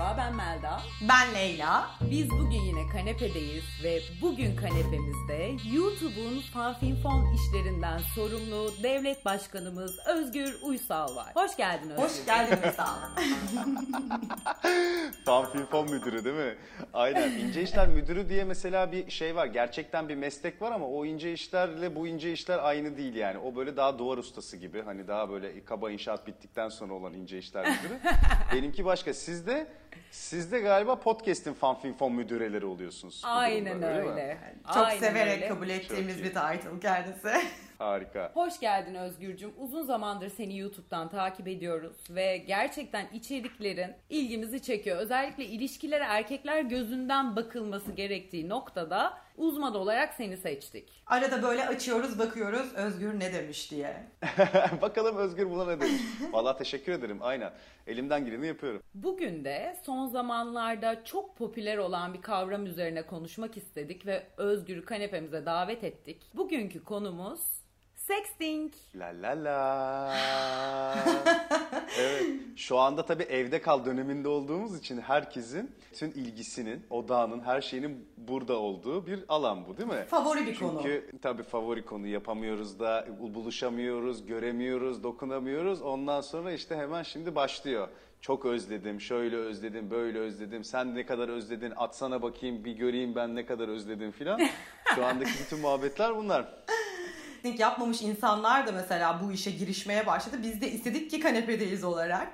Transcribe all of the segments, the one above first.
Merhaba, ben Melda. Ben Leyla. Biz bugün yine kanepedeyiz ve bugün kanepemizde YouTube'un Fanfinfon işlerinden sorumlu devlet başkanımız Özgür Uysal var. Hoş geldin Özgür. Hoş geldin Uysal. Fanfinfon müdürü değil mi? Aynen. İnce işler müdürü diye mesela bir şey var. Gerçekten bir meslek var ama o ince işlerle bu ince işler aynı değil yani. O böyle daha duvar ustası gibi. Hani daha böyle kaba inşaat bittikten sonra olan ince işler müdürü. Benimki başka. Siz de galiba podcast'in Fanfinfon müdüreleri oluyorsunuz. Aynen öyle. Çok Aynen severek öyle. kabul ettiğimiz Çok bir title kendisi. Harika. Hoş geldin Özgürcüm. Uzun zamandır seni YouTube'dan takip ediyoruz ve gerçekten içeriklerin ilgimizi çekiyor. Özellikle ilişkilere erkekler gözünden bakılması gerektiği noktada uzman olarak seni seçtik. Arada böyle açıyoruz, bakıyoruz Özgür ne demiş diye. Bakalım Özgür buna ne demiş? Vallahi teşekkür ederim. Aynen. Elimden geleni yapıyorum. Bugün de son zamanlarda çok popüler olan bir kavram üzerine konuşmak istedik ve Özgür'ü kanepemize davet ettik. Bugünkü konumuz sexting. La la la. Evet. Şu anda tabii evde kal döneminde olduğumuz için herkesin tüm ilgisinin, odağının, her şeyinin burada olduğu bir alan bu değil mi? Favori bir konu. Çünkü tabii favori konu, yapamıyoruz da, buluşamıyoruz, göremiyoruz, dokunamıyoruz. Ondan sonra işte hemen şimdi başlıyor. Çok özledim, şöyle özledim, böyle özledim. Sen ne kadar özledin, atsana bakayım bir göreyim ben ne kadar özledim filan. Şu andaki bütün muhabbetler bunlar. Yapmamış insanlar da mesela bu işe girişmeye başladı. Biz de istedik ki kanepedeyiz olarak.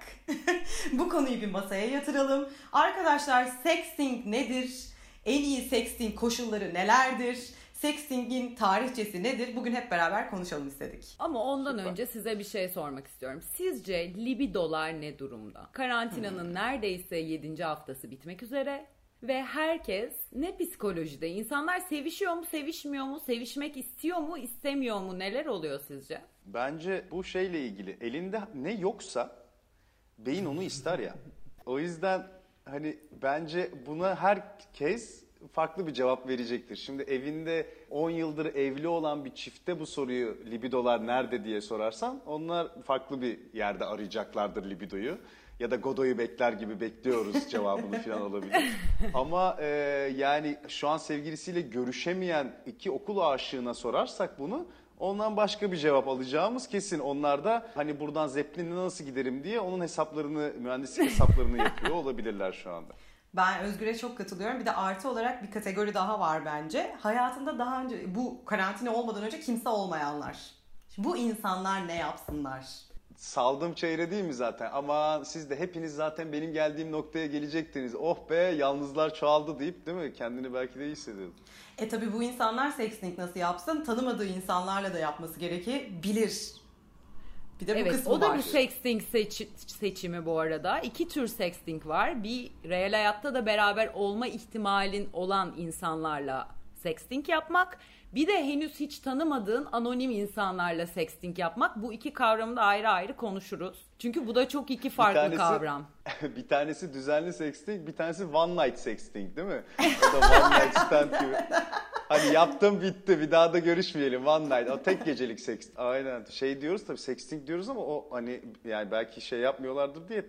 Bu konuyu bir masaya yatıralım. Arkadaşlar sexting nedir? En iyi sexting koşulları nelerdir? Sexting'in tarihçesi nedir? Bugün hep beraber konuşalım istedik. Ama ondan önce size bir şey sormak istiyorum. Sizce libidolar ne durumda? Karantinanın neredeyse 7. haftası bitmek üzere. Ve herkes ne psikolojide? İnsanlar sevişiyor mu, sevişmiyor mu? Sevişmek istiyor mu, istemiyor mu? Neler oluyor sizce? Bence bu şeyle ilgili. Elinde ne yoksa beyin onu ister ya. O yüzden hani bence buna herkes farklı bir cevap verecektir. Şimdi evinde 10 yıldır evli olan bir çifte bu soruyu libidolar nerede diye sorarsan onlar farklı bir yerde arayacaklardır libidoyu. Ya da Godoy'u bekler gibi bekliyoruz cevabını falan olabilir. Ama yani şu an sevgilisiyle görüşemeyen iki okul aşığına sorarsak bunu ondan başka bir cevap alacağımız kesin. Onlar da hani buradan Zeppelin'le nasıl giderim diye onun hesaplarını, mühendislik hesaplarını yapıyor olabilirler şu anda. Ben Özgür'e çok katılıyorum. Bir de artı olarak bir kategori daha var bence. Hayatında daha önce bu karantina olmadan önce kimse olmayanlar. Şimdi bu insanlar ne yapsınlar? Saldım çeyre değil mi zaten? Ama siz de hepiniz zaten benim geldiğim noktaya gelecektiniz. Oh be yalnızlar çoğaldı deyip değil mi? Kendini belki de iyi hissediyordun. Tabii bu insanlar sexting nasıl yapsın? Tanımadığı insanlarla da yapması gerekebilir. Bir de bu kısmı var. O da bir sexting seçimi bu arada. 2 tür sexting var. Bir real hayatta da beraber olma ihtimalin olan insanlarla sexting yapmak. Bir de henüz hiç tanımadığın anonim insanlarla sexting yapmak. Bu iki kavramı da ayrı ayrı konuşuruz. Çünkü bu da çok iki farklı kavram. Bir tanesi düzenli sexting, bir tanesi one night sexting değil mi? O da one night stand gibi. Hani yaptım bitti bir daha da görüşmeyelim one night. O tek gecelik sexting. Aynen şey diyoruz tabii sexting diyoruz ama o hani yani belki şey yapmıyorlardır diye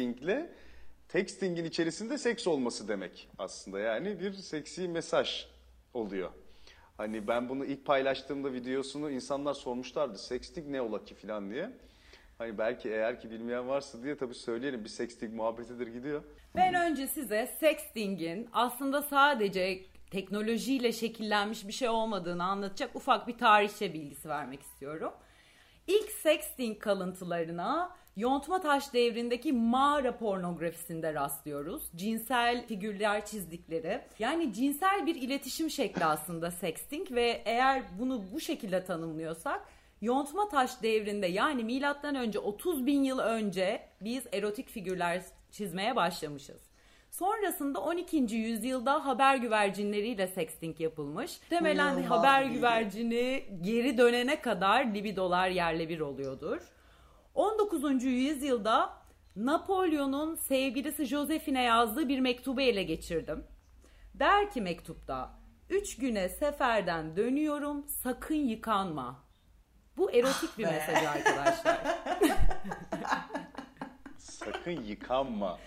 textingin içerisinde seks olması demek aslında. Yani bir seksi mesaj oluyor. Hani ben bunu ilk paylaştığımda videosunu insanlar sormuşlardı. Sexting ne ola ki falan diye. Hani belki eğer ki bilmeyen varsa diye tabii söyleyelim. Bir sexting muhabbetidir gidiyor. Ben önce size sexting'in aslında sadece teknolojiyle şekillenmiş bir şey olmadığını anlatacak ufak bir tarihçe bilgisi vermek istiyorum. İlk sexting kalıntılarına yontma taş devrindeki mağara pornografisinde rastlıyoruz. Cinsel figürler çizdikleri. Yani cinsel bir iletişim şekli aslında sexting ve eğer bunu bu şekilde tanımlıyorsak yontma taş devrinde yani milattan önce 30 bin yıl önce biz erotik figürler çizmeye başlamışız. Sonrasında 12. yüzyılda haber güvercinleriyle sexting yapılmış. Muhtemelen haber güvercini geri dönene kadar libidolar yerle bir oluyordur. 19. yüzyılda Napolyon'un sevgilisi Josephine'e yazdığı bir mektubu ele geçirdim. Der ki mektupta, 3 güne seferden dönüyorum, sakın yıkanma. Bu erotik bir mesaj arkadaşlar. Sakın yıkanma.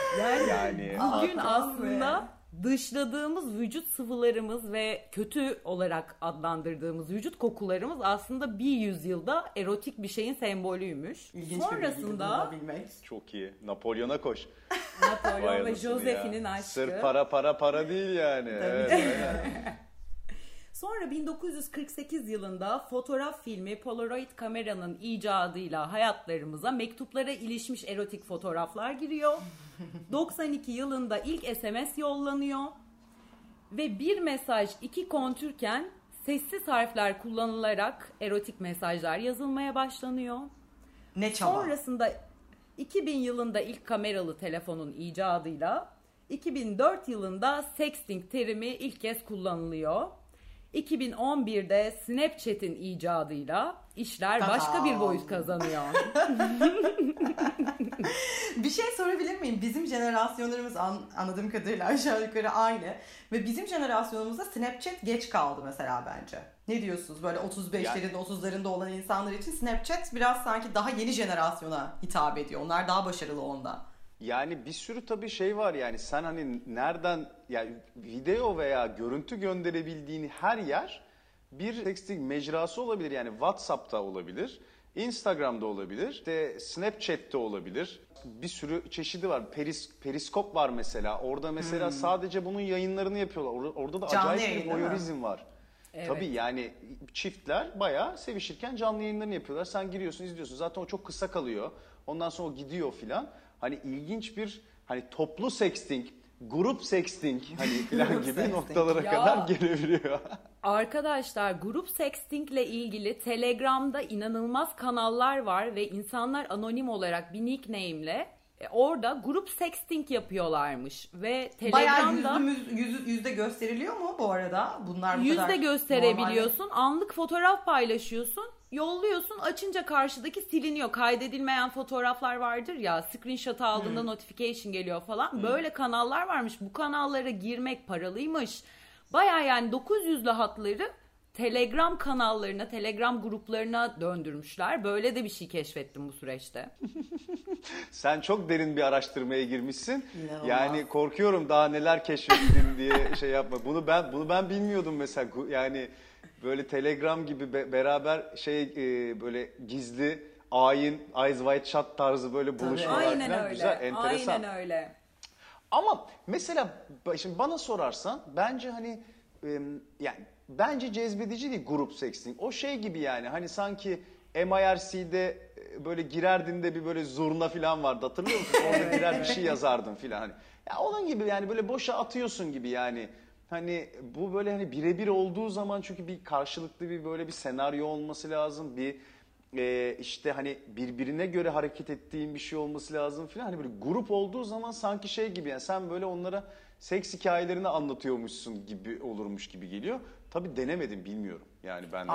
Yani bugün aslında dışladığımız vücut sıvılarımız ve kötü olarak adlandırdığımız vücut kokularımız aslında bir yüzyılda erotik bir şeyin sembolüymüş. İlginç Sonrasında bir bilgi, çok iyi. Napolyon'a koş. Napolyon Vay ve anasını Josephine'in ya. aşkı. Sırf para değil yani. Evet, aynen. Sonra 1948 yılında fotoğraf filmi Polaroid kameranın icadıyla hayatlarımıza mektuplara ilişmiş erotik fotoğraflar giriyor. 92 yılında ilk SMS yollanıyor. Ve bir mesaj iki kontürken sessiz harfler kullanılarak erotik mesajlar yazılmaya başlanıyor. Ne çaba. Sonrasında 2000 yılında ilk kameralı telefonun icadıyla 2004 yılında sexting terimi ilk kez kullanılıyor. 2011'de Snapchat'in icadıyla işler başka bir boyut kazanıyor. Bir şey sorabilir miyim? Bizim jenerasyonlarımız anladığım kadarıyla aşağı yukarı aynı. Ve bizim jenerasyonumuzda Snapchat geç kaldı mesela bence. Ne diyorsunuz? Böyle 35'lerin 30'larında olan insanlar için Snapchat biraz sanki daha yeni jenerasyona hitap ediyor. Onlar daha başarılı onda. Yani bir sürü tabii şey var yani sen hani nereden yani video veya görüntü gönderebildiğin her yer bir texting mecrası olabilir. Yani WhatsApp'ta olabilir, Instagram'da olabilir, işte Snapchat'te olabilir. Bir sürü çeşidi var. Periskop var mesela. Orada mesela sadece bunun yayınlarını yapıyorlar. Orada da Canlı acayip yayın, bir voyeurizm var. Evet. Tabii yani çiftler bayağı sevişirken canlı yayınlarını yapıyorlar. Sen giriyorsun, izliyorsun. Zaten o çok kısa kalıyor. Ondan sonra o gidiyor filan. Hani ilginç bir hani toplu sexting, grup sexting hani filan gibi noktalara kadar gelebiliyor. Arkadaşlar grup sextingle ilgili Telegram'da inanılmaz kanallar var ve insanlar anonim olarak bir nickname'le orada grup sexting yapıyorlarmış ve Telegram'da bayağı yüzde gösteriliyor mu bu arada? Bunlar bu yüzde kadar gösterebiliyorsun. normal. Anlık fotoğraf paylaşıyorsun. Yolluyorsun, açınca karşıdaki siliniyor. Kaydedilmeyen fotoğraflar vardır ya, screenshot aldığında notification geliyor falan. Böyle kanallar varmış. Bu kanallara girmek paralıymış. Baya yani 900'lü hatları Telegram kanallarına, Telegram gruplarına döndürmüşler. Böyle de bir şey keşfettim bu süreçte. Sen çok derin bir araştırmaya girmişsin. İnanılmaz. Yani korkuyorum daha neler keşfettin diye şey yapma. Bunu ben bilmiyordum mesela. Yani böyle Telegram gibi beraber böyle gizli ayin, eyes wide shut tarzı böyle buluşmalar Aynen falan öyle. güzel, enteresan. Aynen öyle. Ama mesela şimdi bana sorarsan bence hani yani bence cezbedici değil grup sexting. O şey gibi yani hani sanki MIRC'de böyle girerdin de bir böyle zurna falan vardı hatırlıyor musun? Orada girer bir şey yazardın falan hani. Ya onun gibi yani böyle boşa atıyorsun gibi yani. Hani bu böyle hani birebir olduğu zaman çünkü bir karşılıklı bir böyle bir senaryo olması lazım. Bir işte hani birbirine göre hareket ettiğin bir şey olması lazım falan. Hani böyle grup olduğu zaman sanki şey gibi yani sen böyle onlara seks hikayelerini anlatıyormuşsun gibi olurmuş gibi geliyor. Tabii denemedim bilmiyorum yani ben de.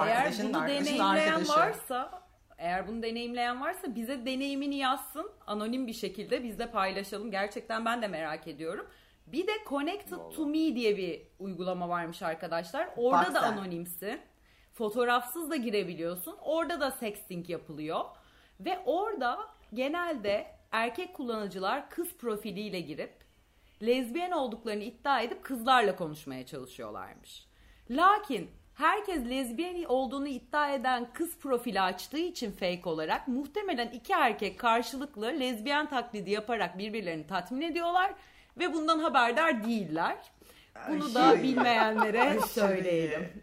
Eğer bunu deneyimleyen varsa bize deneyimini yazsın. Anonim bir şekilde biz de paylaşalım. Gerçekten ben de merak ediyorum. Bir de Connected to Me diye bir uygulama varmış arkadaşlar. Orada da anonimsin. Fotoğrafsız da girebiliyorsun. Orada da sexting yapılıyor. Ve orada genelde erkek kullanıcılar kız profiliyle girip lezbiyen olduklarını iddia edip kızlarla konuşmaya çalışıyorlarmış. Lakin herkes lezbiyen olduğunu iddia eden kız profili açtığı için fake olarak muhtemelen iki erkek karşılıklı lezbiyen taklidi yaparak birbirlerini tatmin ediyorlar ve bundan haberdar değiller. Bunu da bilmeyenlere söyleyelim.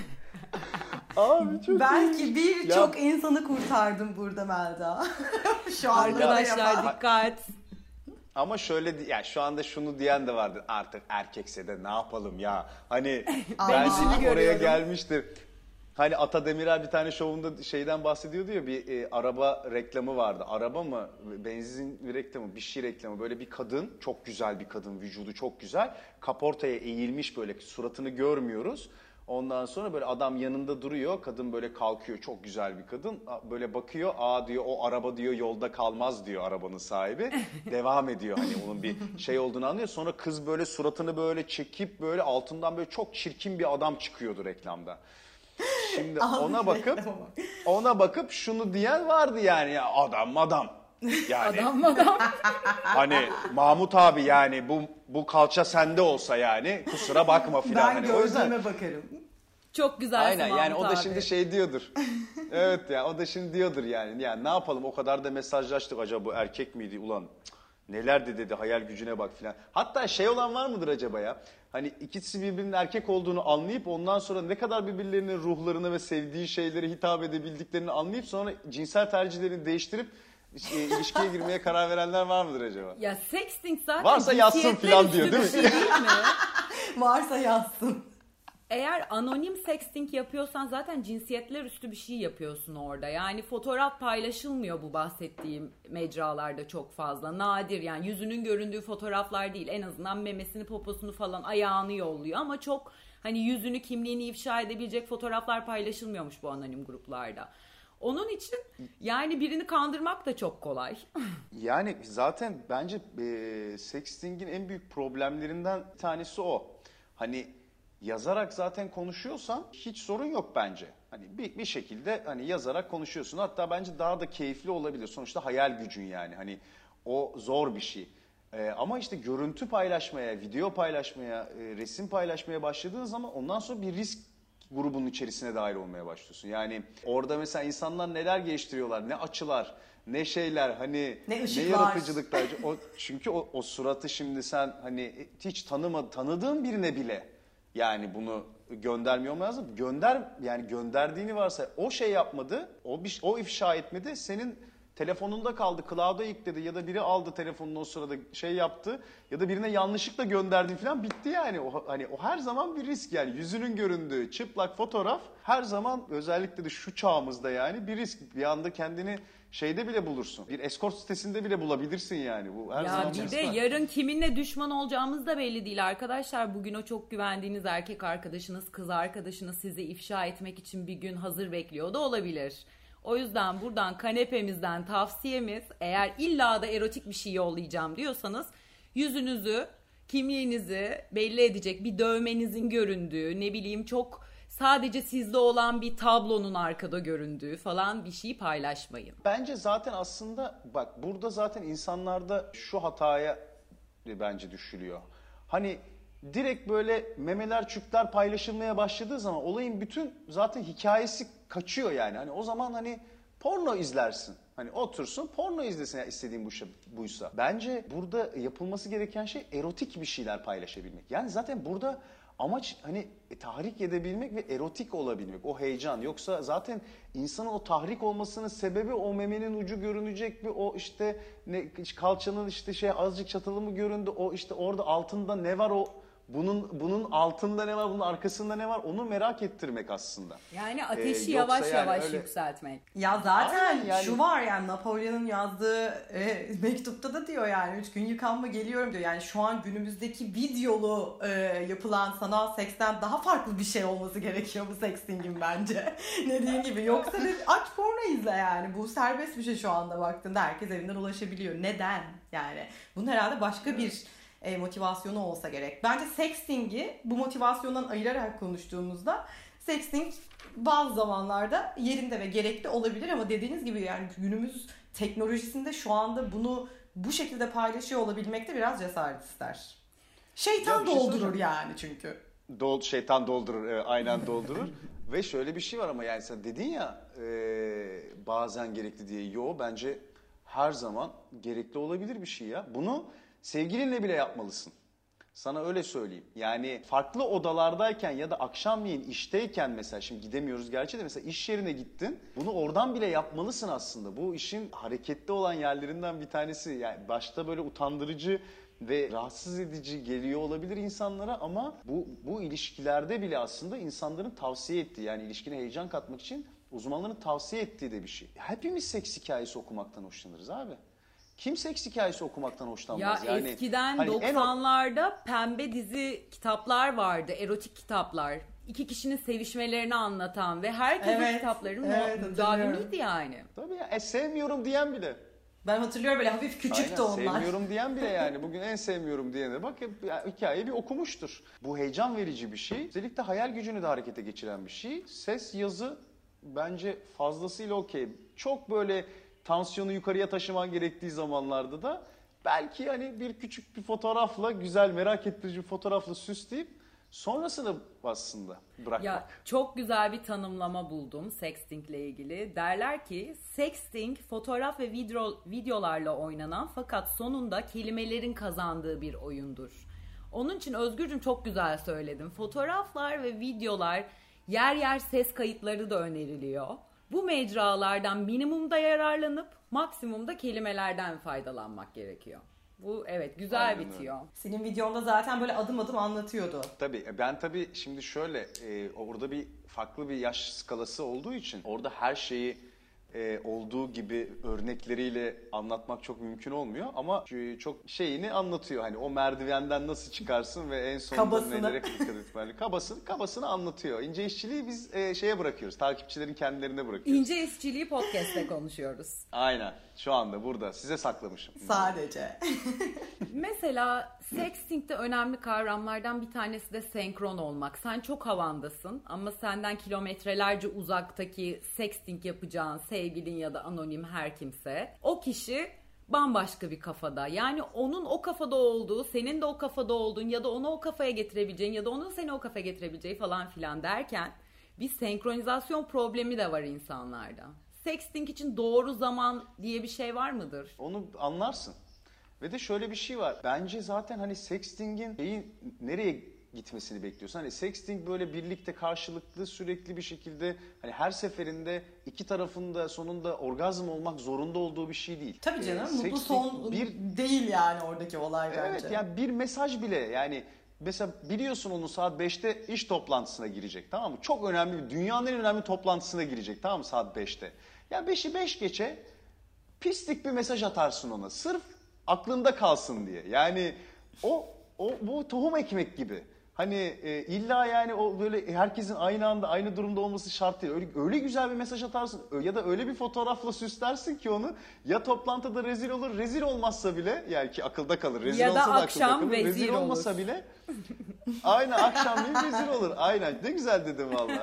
Abi çok belki birçok insanı kurtardım burada Melda. Şu anda arkadaşlar dikkat. Ama şöyle yani şu anda şunu diyen de vardır. Artık erkekse de ne yapalım ya? Hani bence oraya gelmiştir. Hani Ata Demirer bir tane şovunda şeyden bahsediyordu ya bir araba reklamı vardı. Araba mı? Benzin reklamı, bir şey reklamı. Böyle bir kadın, çok güzel bir kadın, vücudu çok güzel. Kaportaya eğilmiş böyle suratını görmüyoruz. Ondan sonra böyle adam yanında duruyor. Kadın böyle kalkıyor. Çok güzel bir kadın. Böyle bakıyor. Aa diyor o araba diyor yolda kalmaz diyor arabanın sahibi. Devam ediyor. Hani onun bir şey olduğunu anlıyor. Sonra kız böyle suratını böyle çekip böyle altından böyle çok çirkin bir adam çıkıyordu reklamda. Şimdi ona bakıp şunu diyen vardı yani ya adam Yani Adam. hani Mahmut abi yani bu kalça sende olsa yani kusura bakma filan. Ben Hani o yüzden gördüğüme bakarım. Çok güzelsin aynen yani Mahmut o da abi. şimdi şey diyordur. Evet ya o da şimdi diyordur yani. Yani ne yapalım o kadar da mesajlaştık acaba bu erkek miydi ulan cık, neler de dedi hayal gücüne bak filan. Hatta şey olan var mıdır acaba ya? Hani ikisi birbirinin erkek olduğunu anlayıp ondan sonra ne kadar birbirlerinin ruhlarına ve sevdiği şeylere hitap edebildiklerini anlayıp sonra cinsel tercihlerini değiştirip ilişkiye girmeye karar verenler var mıdır acaba? Ya sexting zaten Varsa yazsın cinsiyetler filan üstü diyor, değil bir mi? şey değil mi? Varsa yazsın. Eğer anonim sexting yapıyorsan zaten cinsiyetler üstü bir şey yapıyorsun orada. Yani fotoğraf paylaşılmıyor bu bahsettiğim mecralarda çok fazla. Nadir yani yüzünün göründüğü fotoğraflar değil. En azından memesini, poposunu falan ayağını yolluyor ama çok hani yüzünü, kimliğini ifşa edebilecek fotoğraflar paylaşılmıyormuş bu anonim gruplarda. Onun için yani birini kandırmak da çok kolay. Yani zaten bence sexting'in en büyük problemlerinden bir tanesi o. Hani yazarak zaten konuşuyorsan hiç sorun yok bence. Hani bir şekilde hani yazarak konuşuyorsun. Hatta bence daha da keyifli olabilir. Sonuçta hayal gücün yani. Hani o zor bir şey. Ama işte görüntü paylaşmaya, video paylaşmaya, resim paylaşmaya başladığın zaman ondan sonra bir risk grubunun içerisine dahil olmaya başlıyorsun. Yani orada mesela insanlar neler geliştiriyorlar, ne açılar, ne şeyler hani Ne ışıklar. yaratıcılıklar. Çünkü o suratı şimdi sen hani hiç tanıdığın birine bile yani bunu göndermiyor mu lazım? Yani gönderdiğini varsa o şey yapmadı, o ifşa etmedi. Senin telefonunda kaldı, cloud'a yükledi ya da biri aldı telefonunu o sırada şey yaptı ya da birine yanlışlıkla gönderdin falan bitti yani. O her zaman bir risk yani yüzünün göründüğü çıplak fotoğraf her zaman özellikle de şu çağımızda yani bir risk. Bir anda kendini şeyde bile bulursun. Bir escort sitesinde bile bulabilirsin yani. Bu her Ya zaman bir risk de var. yarın kiminle düşman olacağımız da belli değil arkadaşlar. Bugün o çok güvendiğiniz erkek arkadaşınız, kız arkadaşınız sizi ifşa etmek için bir gün hazır bekliyor da olabilir. O yüzden buradan kanepemizden tavsiyemiz eğer illa da erotik bir şey yollayacağım diyorsanız yüzünüzü, kimliğinizi belli edecek bir dövmenizin göründüğü, ne bileyim çok sadece sizde olan bir tablonun arkada göründüğü falan bir şeyi paylaşmayın. Bence zaten aslında bak burada zaten insanlarda şu hataya bence düşülüyor. Hani direkt böyle memeler çükler paylaşılmaya başladığı zaman olayın bütün zaten hikayesi kaçıyor yani. Hani o zaman hani porno izlersin. Hani otursun porno izlesin ya istediğin buysa. Bence burada yapılması gereken şey erotik bir şeyler paylaşabilmek. Yani zaten burada amaç hani tahrik edebilmek ve erotik olabilmek, o heyecan. Yoksa zaten insanın o tahrik olmasının sebebi o memenin ucu görünecek mi? O işte kalçanın işte şey azıcık çatalı mı göründü? O işte orada altında ne var o? Bunun altında ne var, bunun arkasında ne var? Onu merak ettirmek aslında. Yani ateşi Yoksa yavaş yani yavaş öyle- yükseltmek. Ya zaten Aynen yani. şu var yani Napolyon'un yazdığı mektupta da diyor yani 3 gün yıkanma geliyorum diyor. Yani şu an günümüzdeki videolu yapılan sanal seksten daha farklı bir şey olması gerekiyor bu sextingin bence. Dediğin gibi yoksa aç porno izle yani. Bu serbest bir şey şu anda baktığında herkes evinden ulaşabiliyor. Neden? Yani bunun herhalde başka bir motivasyonu olsa gerek. Bence sexting'i bu motivasyondan ayırarak konuştuğumuzda sexting bazı zamanlarda yerinde ve gerekli olabilir ama dediğiniz gibi yani günümüz teknolojisinde şu anda bunu bu şekilde paylaşıyor olabilmek de biraz cesaret ister. Şeytan Ya bir şey doldurur söyleyeceğim. yani çünkü. Şeytan doldurur, aynen doldurur. Ve şöyle bir şey var ama yani sen dedin ya bazen gerekli diye. Yo bence her zaman gerekli olabilir bir şey ya. Bunu sevgilinle bile yapmalısın. Sana öyle söyleyeyim. Yani farklı odalardayken ya da akşamleyin işteyken mesela şimdi gidemiyoruz gerçi de mesela iş yerine gittin. Bunu oradan bile yapmalısın aslında. Bu işin hareketli olan yerlerinden bir tanesi. Yani başta böyle utandırıcı ve rahatsız edici geliyor olabilir insanlara ama bu ilişkilerde bile aslında insanların tavsiye ettiği yani ilişkine heyecan katmak için uzmanların tavsiye ettiği de bir şey. Hepimiz seks hikayesi okumaktan hoşlanırız abi. Kim seks hikayesi okumaktan Ya hoşlanmaz? Yani eskiden hani 90'larda pembe dizi kitaplar vardı, erotik kitaplar. İki kişinin sevişmelerini anlatan ve herkesin Evet, kitapları evet, müdavimiydi yani. Tabii ya sevmiyorum diyen bile. Ben hatırlıyorum böyle hafif küçüktü Aynen, onlar. sevmiyorum diyen bile yani bugün en sevmiyorum diyene bak hep hikayeyi bir okumuştur. Bu heyecan verici bir şey. Özellikle hayal gücünü de harekete geçiren bir şey. Ses, yazı bence fazlasıyla okey. Çok böyle tansiyonu yukarıya taşıman gerektiği zamanlarda da belki hani bir küçük bir fotoğrafla, güzel, merak ettirici bir fotoğrafla süsleyip sonrasını aslında bırakmak. Ya çok güzel bir tanımlama buldum sextingle ilgili. Derler ki sexting fotoğraf ve videolarla oynanan fakat sonunda kelimelerin kazandığı bir oyundur. Onun için Özgürcüm çok güzel söyledin. Fotoğraflar ve videolar, yer yer ses kayıtları da öneriliyor. Bu mecralardan minimumda yararlanıp maksimumda kelimelerden faydalanmak gerekiyor. Bu evet güzel Aynen bitiyor. Senin videonda zaten böyle adım adım anlatıyordu. Tabii ben şimdi şöyle orada bir farklı bir yaş skalası olduğu için orada her şeyi olduğu gibi örnekleriyle anlatmak çok mümkün olmuyor ama çok şeyini anlatıyor. Hani o merdivenden nasıl çıkarsın ve en sonunda nelere dikkat etmeli. Kabasını anlatıyor. İnce işçiliği biz şeye bırakıyoruz. Takipçilerin kendilerine bırakıyoruz. İnce işçiliği podcast'te konuşuyoruz. Aynen. Şu anda burada. Size saklamışım. Sadece. Mesela sexting'de önemli kavramlardan bir tanesi de senkron olmak. Sen çok havandasın ama senden kilometrelerce uzaktaki sexting yapacağın sevgilin ya da anonim her kimse, o kişi bambaşka bir kafada. Yani onun o kafada olduğu, senin de o kafada olduğun ya da onu o kafaya getirebileceğin ya da onun seni o kafaya getirebileceği falan filan derken bir senkronizasyon problemi de var insanlarda. Sexting için doğru zaman diye bir şey var mıdır? Onu anlarsın. Ve de şöyle bir şey var. Bence zaten hani sexting'in nereye gitmesini bekliyorsun. Hani sexting böyle birlikte karşılıklı sürekli bir şekilde hani her seferinde iki tarafın da sonunda orgazm olmak zorunda olduğu bir şey değil. Tabii canım mutlu son değil yani oradaki olay bence. Evet yani bir mesaj bile yani mesela biliyorsun onu saat 5'te iş toplantısına girecek, tamam mı? Çok önemli, dünyanın en önemli toplantısına girecek, tamam mı, saat 5'te. Ya 5'i 5 geçe pislik bir mesaj atarsın ona sırf aklında kalsın diye. Yani bu tohum ekmek gibi. Hani illa yani o böyle herkesin aynı anda aynı durumda olması şart değil. Öyle güzel bir mesaj atarsın ya da öyle bir fotoğrafla süslersin ki onu ya toplantıda rezil olur, rezil olmazsa bile yani ki akılda kalır. Rezil ya olsa da da akşam akılda kalır. Rezil olmasa bile aynen akşamleyin rezil olur. Aynen ne güzel dedim valla.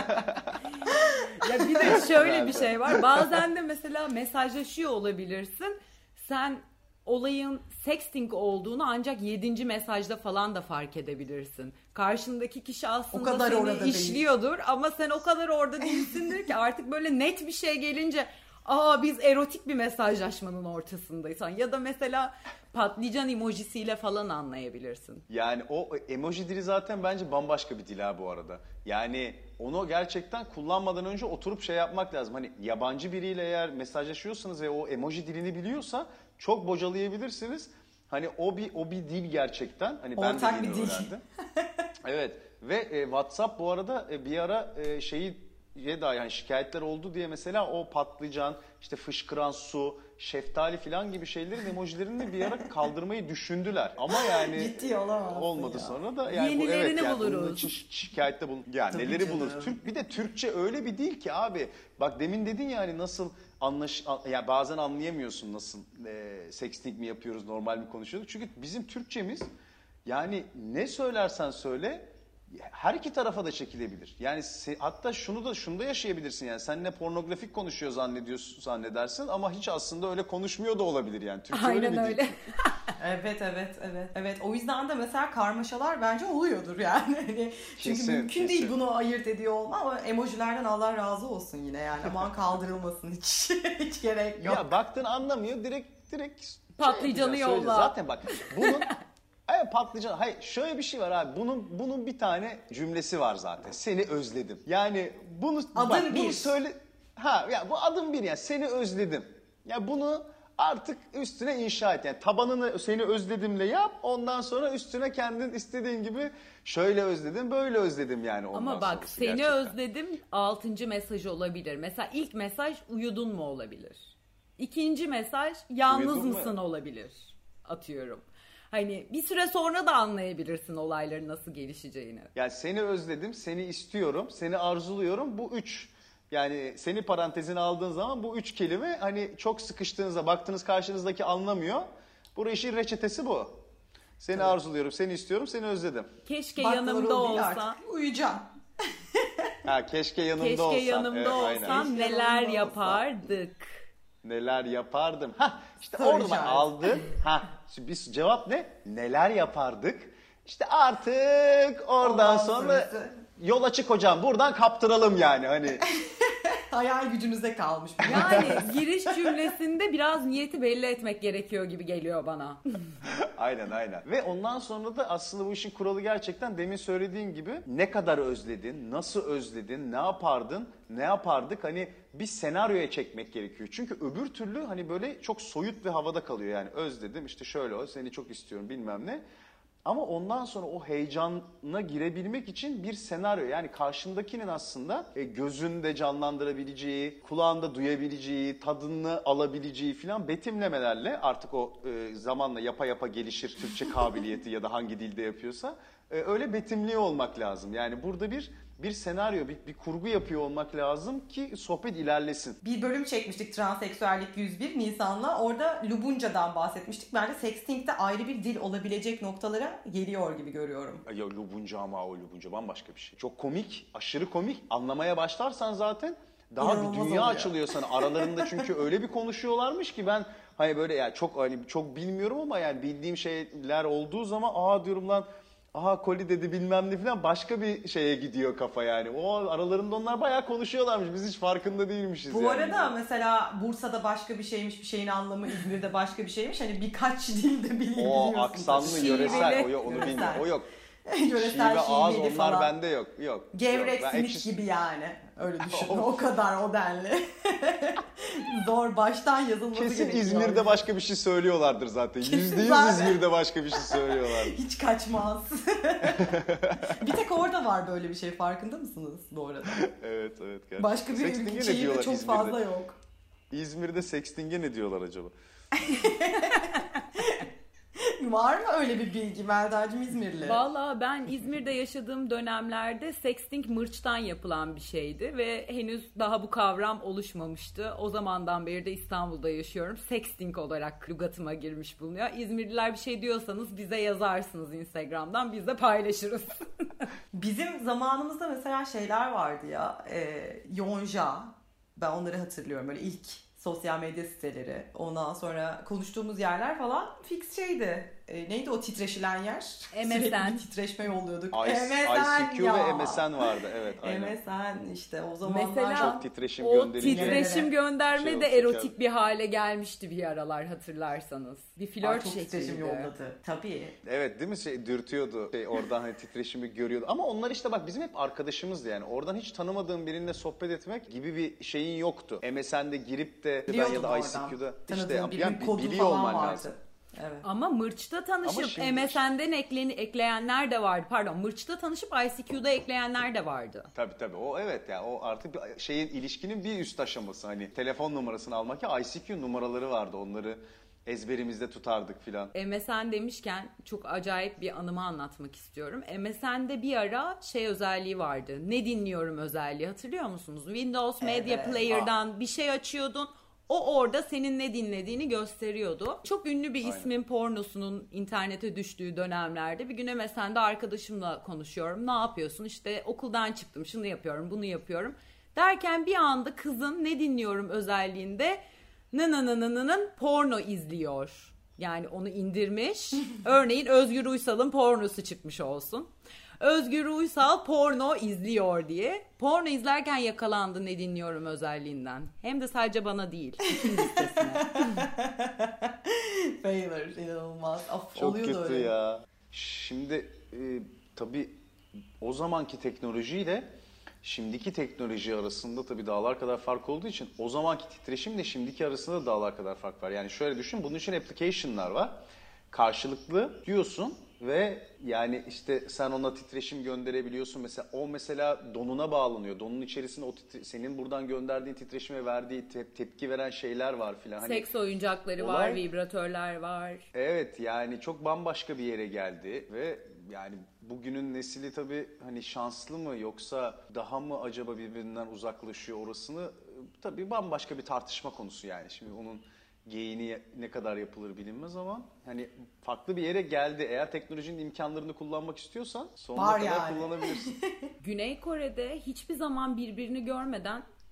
Ya bir de şöyle bir şey var. Bazen de mesela mesajlaşıyor olabilirsin. Sen olayın sexting olduğunu ancak 7. mesajda falan da fark edebilirsin. Karşındaki kişi aslında seni işliyordur değil. Ama sen o kadar orada değilsindir ki artık böyle net bir şey gelince biz erotik bir mesajlaşmanın ortasındayız. Ya da mesela patlıcan emojisiyle falan anlayabilirsin. Yani o emoji dili zaten bence bambaşka bir dil ha bu arada. Yani onu gerçekten kullanmadan önce oturup şey yapmak lazım. Hani yabancı biriyle eğer mesajlaşıyorsanız ve o emoji dilini biliyorsa çok bocalayabilirsiniz. Hani o bir dil gerçekten. Hani ben ortak de bir dil. Evet ve WhatsApp bu arada bir ara yani şikayetler oldu diye mesela o patlıcan, işte fışkıran su, şeftali falan gibi şeylerin emojilerini bir ara kaldırmayı düşündüler. Ama yani ciddi olamaz olmadı ya. sonra da yani yenilerini yani buluruz. bunun için şikayette bulun. Ya Tabii neleri canım. buluruz? Bir de Türkçe öyle bir değil ki abi. Bak demin dedin ya hani nasıl ya bazen anlayamıyorsun nasıl sexting mi yapıyoruz, normal mi konuşuyoruz? Çünkü bizim Türkçemiz yani ne söylersen söyle her iki tarafa da çekilebilir. Yani hatta şunu da yaşayabilirsin yani seninle pornografik konuşuyor zannedersin ama hiç aslında öyle konuşmuyor da olabilir yani. Türkçe aynen öyle. öyle. Evet. O yüzden de mesela karmaşalar bence oluyordur yani. Hani çünkü mümkün değil bunu ayırt ediyor olma ama emojilerden Allah razı olsun yine yani. Aman kaldırılmasın hiç gerek yok. Ya baktın anlamıyor direkt patlıcanı yolla. Zaten bak bunun evet patlıcan. Hayır şöyle bir şey var abi. Bunun bir tane cümlesi var zaten. Seni özledim. Yani bunu bunu söyle. Ya bu adım bir yani seni özledim. Ya bunu artık üstüne inşa et. Yani tabanını seni özledimle yap. Ondan sonra üstüne kendin istediğin gibi şöyle özledim, böyle özledim yani ondan ama bak seni gerçekten. özledim 6. mesajı olabilir. Mesela ilk mesaj uyudun mu olabilir. 2. mesaj yalnız uyudun mısın mu? Olabilir. Atıyorum. Hani bir süre sonra da anlayabilirsin olayların nasıl gelişeceğini. Yani seni özledim, seni istiyorum, seni arzuluyorum. Bu 3. Yani seni parantezine aldığın zaman bu 3 kelime hani çok sıkıştığınızda baktınız karşınızdaki anlamıyor. Bu işin reçetesi bu. Seni arzuluyorum, seni istiyorum, seni özledim. Keşke yanımda olsan. Uyuyacağım. Keşke yanımda olsan. Keşke yanımda olsan Keşke neler yanımda yapardık. Neler yapardım? Ha işte Soru orada işareti. aldın. Ha şimdi biz cevap ne? Neler yapardık? İşte artık oradan Ondan sonra sonrası. yol açık hocam. Buradan kaptıralım yani hani. Hayal gücünüze kalmış. Yani giriş cümlesinde biraz niyeti belli etmek gerekiyor gibi geliyor bana. Aynen. Ve ondan sonra da aslında bu işin kuralı gerçekten demin söylediğin gibi ne kadar özledin, nasıl özledin, ne yapardın, ne yapardık hani bir senaryoya çekmek gerekiyor. Çünkü öbür türlü hani böyle çok soyut ve havada kalıyor yani özledim işte şöyle o seni çok istiyorum bilmem ne. Ama ondan sonra o heyecana girebilmek için bir senaryo yani karşındakinin aslında gözünde canlandırabileceği, kulağında duyabileceği, tadını alabileceği filan betimlemelerle artık o zamanla yapa yapa gelişir Türkçe kabiliyeti ya da hangi dilde yapıyorsa öyle betimliyor olmak lazım. Yani burada bir senaryo, bir kurgu yapıyor olmak lazım ki sohbet ilerlesin. Bir bölüm çekmiştik Transseksüellik 101 Nisan'la. Orada Lubunca'dan bahsetmiştik. Ben de sexting'de ayrı bir dil olabilecek noktalara geliyor gibi görüyorum. Ya Lubunca ama o Lubunca bambaşka bir şey. Çok komik, aşırı komik. Anlamaya başlarsan zaten daha İnanılmaz bir dünya oluyor. açılıyor sana. Aralarında çünkü öyle bir konuşuyorlarmış ki ben hani böyle yani çok bilmiyorum ama yani bildiğim şeyler olduğu zaman diyorum lan aha koli dedi bilmem ne falan başka bir şeye gidiyor kafa yani. O aralarında onlar bayağı konuşuyorlarmış. Biz hiç farkında değilmişiz Bu yani. arada mesela Bursa'da başka bir şeymiş, bir şeyin anlamı İzmir'de başka bir şeymiş. Hani birkaç dilde biliyorsunuz. O aksanlı, Şiveli. yöresel, o yok, onu Yöresel. bilmiyorum. O yok. Yöresel Şive, ağız şiveli onlar falan. bende yok. Gevrek Ben simit ekşi- gibi yani. Öyle düşün. O kadar o denli. Zor baştan yazılması Kesin gerekiyor. İzmir'de başka bir şey söylüyorlardır zaten. Kesin %100 zaten. İzmir'de başka bir şey söylüyorlar. Hiç kaçmaz. Bir tek orada var böyle bir şey, farkında mısınız bu arada? Evet gerçekten. Başka bir Sexting'e ne şehirde diyorlar çok İzmir'de? fazla yok. İzmir'de sexting'e ne diyorlar acaba? Var mı öyle bir bilgi Melda'cığım İzmirli? Valla ben İzmir'de yaşadığım dönemlerde sexting mırçtan yapılan bir şeydi ve henüz daha bu kavram oluşmamıştı. O zamandan beri de İstanbul'da yaşıyorum. Sexting olarak lügatıma girmiş bulunuyor. İzmirliler bir şey diyorsanız bize yazarsınız Instagram'dan, biz de paylaşırız. Bizim zamanımızda mesela şeyler vardı ya, Yonca, ben onları hatırlıyorum, böyle ilk sosyal medya siteleri, ondan sonra konuştuğumuz yerler falan fix şeydi. Neydi o titreşilen yer? MSN. Sürekli bir titreşme yolluyorduk. ICQ ya. ve MSN vardı evet aynen. MSN işte o zamanlar. Mesela Çok titreşim o gönderince. titreşim gönderme Şey de oldu, erotik çıkardı. bir hale gelmişti bir aralar, hatırlarsanız. Bir Ay, flört çok titreşim şekliydi. yolladı. Tabii. Evet değil mi dürtüyordu oradan hani titreşimi görüyordu. Ama onlar işte bak bizim hep arkadaşımızdı yani. Oradan hiç tanımadığın birininle sohbet etmek gibi bir şeyin yoktu. MSN'de girip de ben Biliyordum ya da oradan. ICQ'da Tanıdığım işte birinin yani kodu biliyor falan olman vardı. lazım. Evet. Ama Mırç'ta tanışıp Ama şimdi- MSN'den ekleyenler de vardı. Pardon, Mırç'ta tanışıp ICQ'da ekleyenler de vardı. Tabii o evet yani o artık bir şeyin ilişkinin bir üst aşaması. Hani telefon numarasını almak ya ICQ numaraları vardı onları ezberimizde tutardık filan. MSN demişken çok acayip bir anımı anlatmak istiyorum. MSN'de bir ara şey özelliği vardı. Ne dinliyorum özelliği, hatırlıyor musunuz? Windows Media Evet. Player'dan bir şey açıyordun. O orada senin ne dinlediğini gösteriyordu. Çok ünlü bir Aynen. ismin pornosunun internete düştüğü dönemlerde bir gün MSN'de arkadaşımla konuşuyorum. Ne yapıyorsun? İşte okuldan çıktım, şunu yapıyorum, bunu yapıyorum. Derken bir anda kızın ne dinliyorum özelliğinde nınınınının porno izliyor. Yani onu indirmiş. Örneğin Özgür Uysal'ın pornosu çıkmış olsun. Özgür Uysal porno izliyor diye. Porno izlerken yakalandı ne dinliyorum özelliğinden. Hem de sadece bana değil. Bütün listesine. Failure inanılmaz. Of, Çok oluyor da kötü öyle. ya. Şimdi tabii o zamanki teknolojiyle şimdiki teknoloji arasında tabii dağlar kadar fark olduğu için o zamanki titreşimle şimdiki arasında dağlar kadar fark var. Yani şöyle düşün, bunun için application'lar var. Karşılıklı diyorsun ve yani işte sen ona titreşim gönderebiliyorsun. Mesela donuna bağlanıyor. Donun içerisinde senin buradan gönderdiğin titreşime verdiği tepki veren şeyler var filan. Hani Seks oyuncakları var, olay- vibratörler var. evet yani çok bambaşka bir yere geldi ve yani bugünün nesili tabii hani şanslı mı yoksa daha mı acaba birbirinden uzaklaşıyor orasını tabii bambaşka bir tartışma konusu yani. Şimdi onun geyiğini ne kadar yapılır bilinmez ama hani farklı bir yere geldi. Eğer teknolojinin imkanlarını kullanmak istiyorsan sonuna Var kadar yani. kullanabilirsin. Güney Kore'de hiçbir zaman birbirini görmeden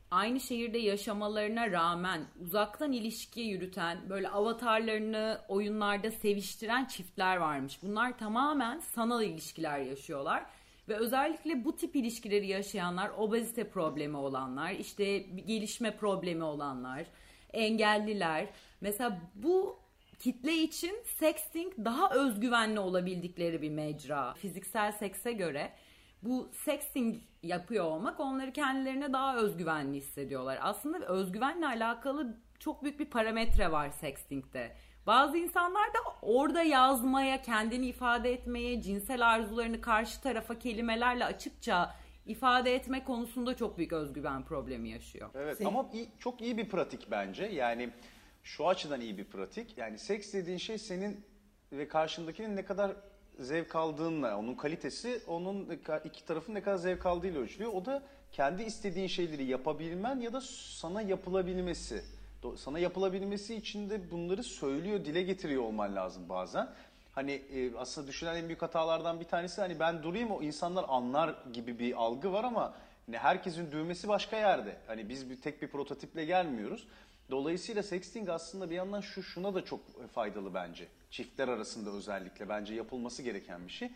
aynı şehirde yaşamalarına rağmen uzaktan ilişki yürüten, böyle avatarlarını oyunlarda seviştiren çiftler varmış. Bunlar tamamen sanal ilişkiler yaşıyorlar. Ve özellikle bu tip ilişkileri yaşayanlar, obezite problemi olanlar, işte gelişme problemi olanlar, engelliler. Mesela bu kitle için sexting daha özgüvenli olabildikleri bir mecra. Fiziksel sekse göre bu sexting yapıyor olmak onları kendilerine daha özgüvenli hissediyorlar. Aslında özgüvenle alakalı çok büyük bir parametre var sexting'de. Bazı insanlar da orada yazmaya, kendini ifade etmeye, cinsel arzularını karşı tarafa kelimelerle açıkça ifade etme konusunda çok büyük özgüven problemi yaşıyor. Evet ama çok iyi bir pratik bence. Yani şu açıdan iyi bir pratik. Yani seks dediğin şey senin ve karşındakinin ne kadar zevk aldığınla, onun kalitesi, onun iki tarafın ne kadar zevk aldığıyla ölçülüyor. O da kendi istediğin şeyleri yapabilmen ya da sana yapılabilmesi. Sana yapılabilmesi için de bunları söylüyor, dile getiriyor olman lazım bazen. Hani aslında düşünen en büyük hatalardan bir tanesi hani ben durayım o insanlar anlar gibi bir algı var ama hani herkesin düğmesi başka yerde. Hani biz tek bir prototiple gelmiyoruz. Dolayısıyla sexting aslında bir yandan şuna da çok faydalı bence. Çiftler arasında özellikle bence yapılması gereken bir şey.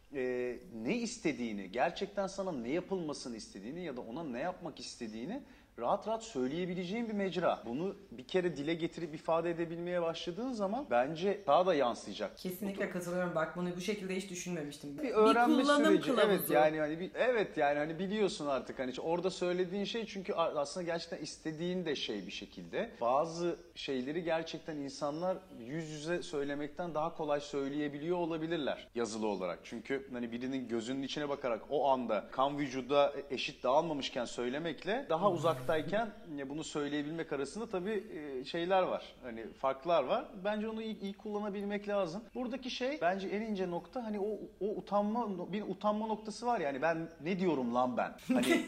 Ne istediğini, gerçekten sana ne yapılmasını istediğini ya da ona ne yapmak istediğini rahat rahat söyleyebileceğin bir mecra. Bunu bir kere dile getirip ifade edebilmeye başladığın zaman bence daha da yansıyacak. Kesinlikle katılıyorum. Bak bunu bu şekilde hiç düşünmemiştim. Bir öğrenme kullanım süreci. kılavuzu. Evet yani hani biliyorsun artık hani orada söylediğin şey çünkü aslında gerçekten istediğin de şey bir şekilde. Bazı şeyleri gerçekten insanlar yüz yüze söylemekten daha kolay söyleyebiliyor olabilirler yazılı olarak. Çünkü hani birinin gözünün içine bakarak o anda kan vücuda eşit dağılmamışken söylemekle daha uzaktayken bunu söyleyebilmek arasında tabii şeyler var. Hani farklar var. Bence onu iyi kullanabilmek lazım. Buradaki şey bence en ince nokta hani o utanma noktası var yani ben ne diyorum lan ben? Hani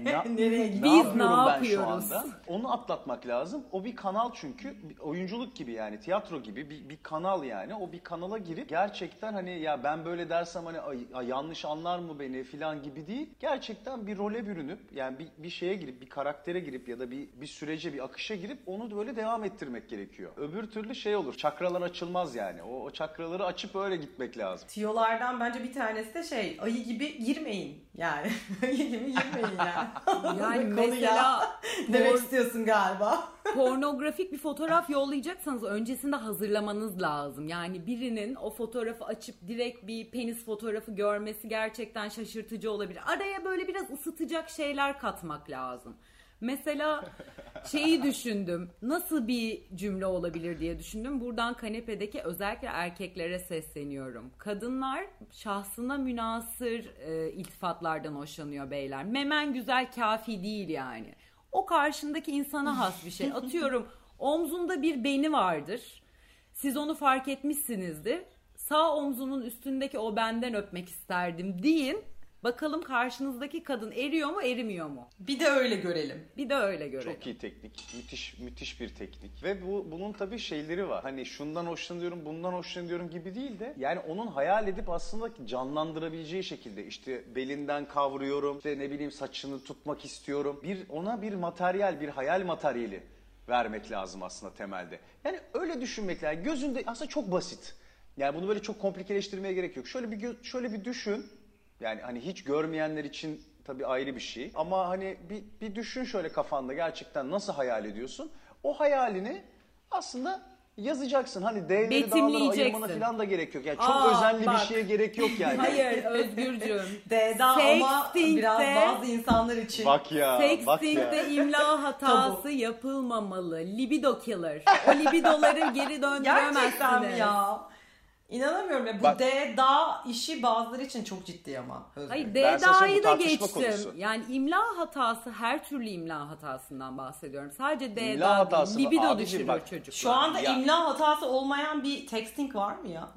Biz ne yapıyoruz? Onu atlatmak lazım. O bir kanal çünkü oyunculuk gibi yani tiyatro gibi bir kanal yani. O bir kanala girip gerçekten hani ya ben böyle dersem hani yanlış anlar mı beni filan gibi değil. Gerçekten bir role bürünüp yani bir şeye girip bir karaktere girip ya da bir sürece bir akışa girip onu da böyle devam ettirmek gerekiyor. Öbür türlü şey olur. Çakralar açılmaz yani. O çakraları açıp öyle gitmek lazım. Tiyolardan bence bir tanesi de ayı gibi girmeyin yani. Ayı gibi girmeyin yani. Yani mesela demek istiyorsun galiba. Pornografik bir fotoğraf yollayacaksanız öncesinde hazırlamanız lazım. Yani birinin o fotoğrafı açıp direkt bir penis fotoğrafı görmesi gerçekten şaşırtıcı olabilir. Araya böyle biraz ısıtacak şeyler katmak lazım. Mesela şeyi düşündüm. Nasıl bir cümle olabilir diye düşündüm. Buradan kanepedeki özellikle erkeklere sesleniyorum. Kadınlar şahsına münhasır iltifatlardan hoşlanıyor beyler. Memen güzel kafi değil yani. O karşındaki insana has bir şey. Atıyorum omzunda bir beni vardır. Siz onu fark etmişsinizdir. Sağ omzunun üstündeki o benden öpmek isterdim deyin. Bakalım karşınızdaki kadın eriyor mu erimiyor mu? Bir de öyle görelim. Bir de öyle görelim. Çok iyi teknik. Müthiş bir teknik. Ve bunun tabii şeyleri var. Hani şundan hoşlanıyorum, bundan hoşlanıyorum gibi değil de yani onun hayal edip aslında canlandırabileceği şekilde işte belinden kavruyorum, işte ne bileyim saçını tutmak istiyorum. Ona bir materyal, bir hayal materyali vermek lazım aslında temelde. Yani öyle düşünmek lazım. Gözünde aslında çok basit. Yani bunu böyle çok komplikeleştirmeye gerek yok. Şöyle bir düşün. Yani hani hiç görmeyenler için tabii ayrı bir şey. Ama hani bir düşün şöyle kafanda gerçekten nasıl hayal ediyorsun. O hayalini aslında yazacaksın. Hani D'leri dağları ayırmana falan da gerek yok. Yani çok özenli bir şeye gerek yok yani. Hayır Özgürcüğüm. D'da ama biraz bazı insanlar için. Bak ya. Sexting'de imla hatası yapılmamalı. Libido killer. O libidoları geri döndüremezsiniz. Gerçekten ya. İnanamıyorum ya. Bu D-da işi bazıları için çok ciddi ama. Hayır D-da'yı da geçtim. Yani imla hatası her türlü imla hatasından bahsediyorum. Sadece D-da değil. Libido düşürür çocuk. Şu anda imla hatası olmayan bir texting var mı ya?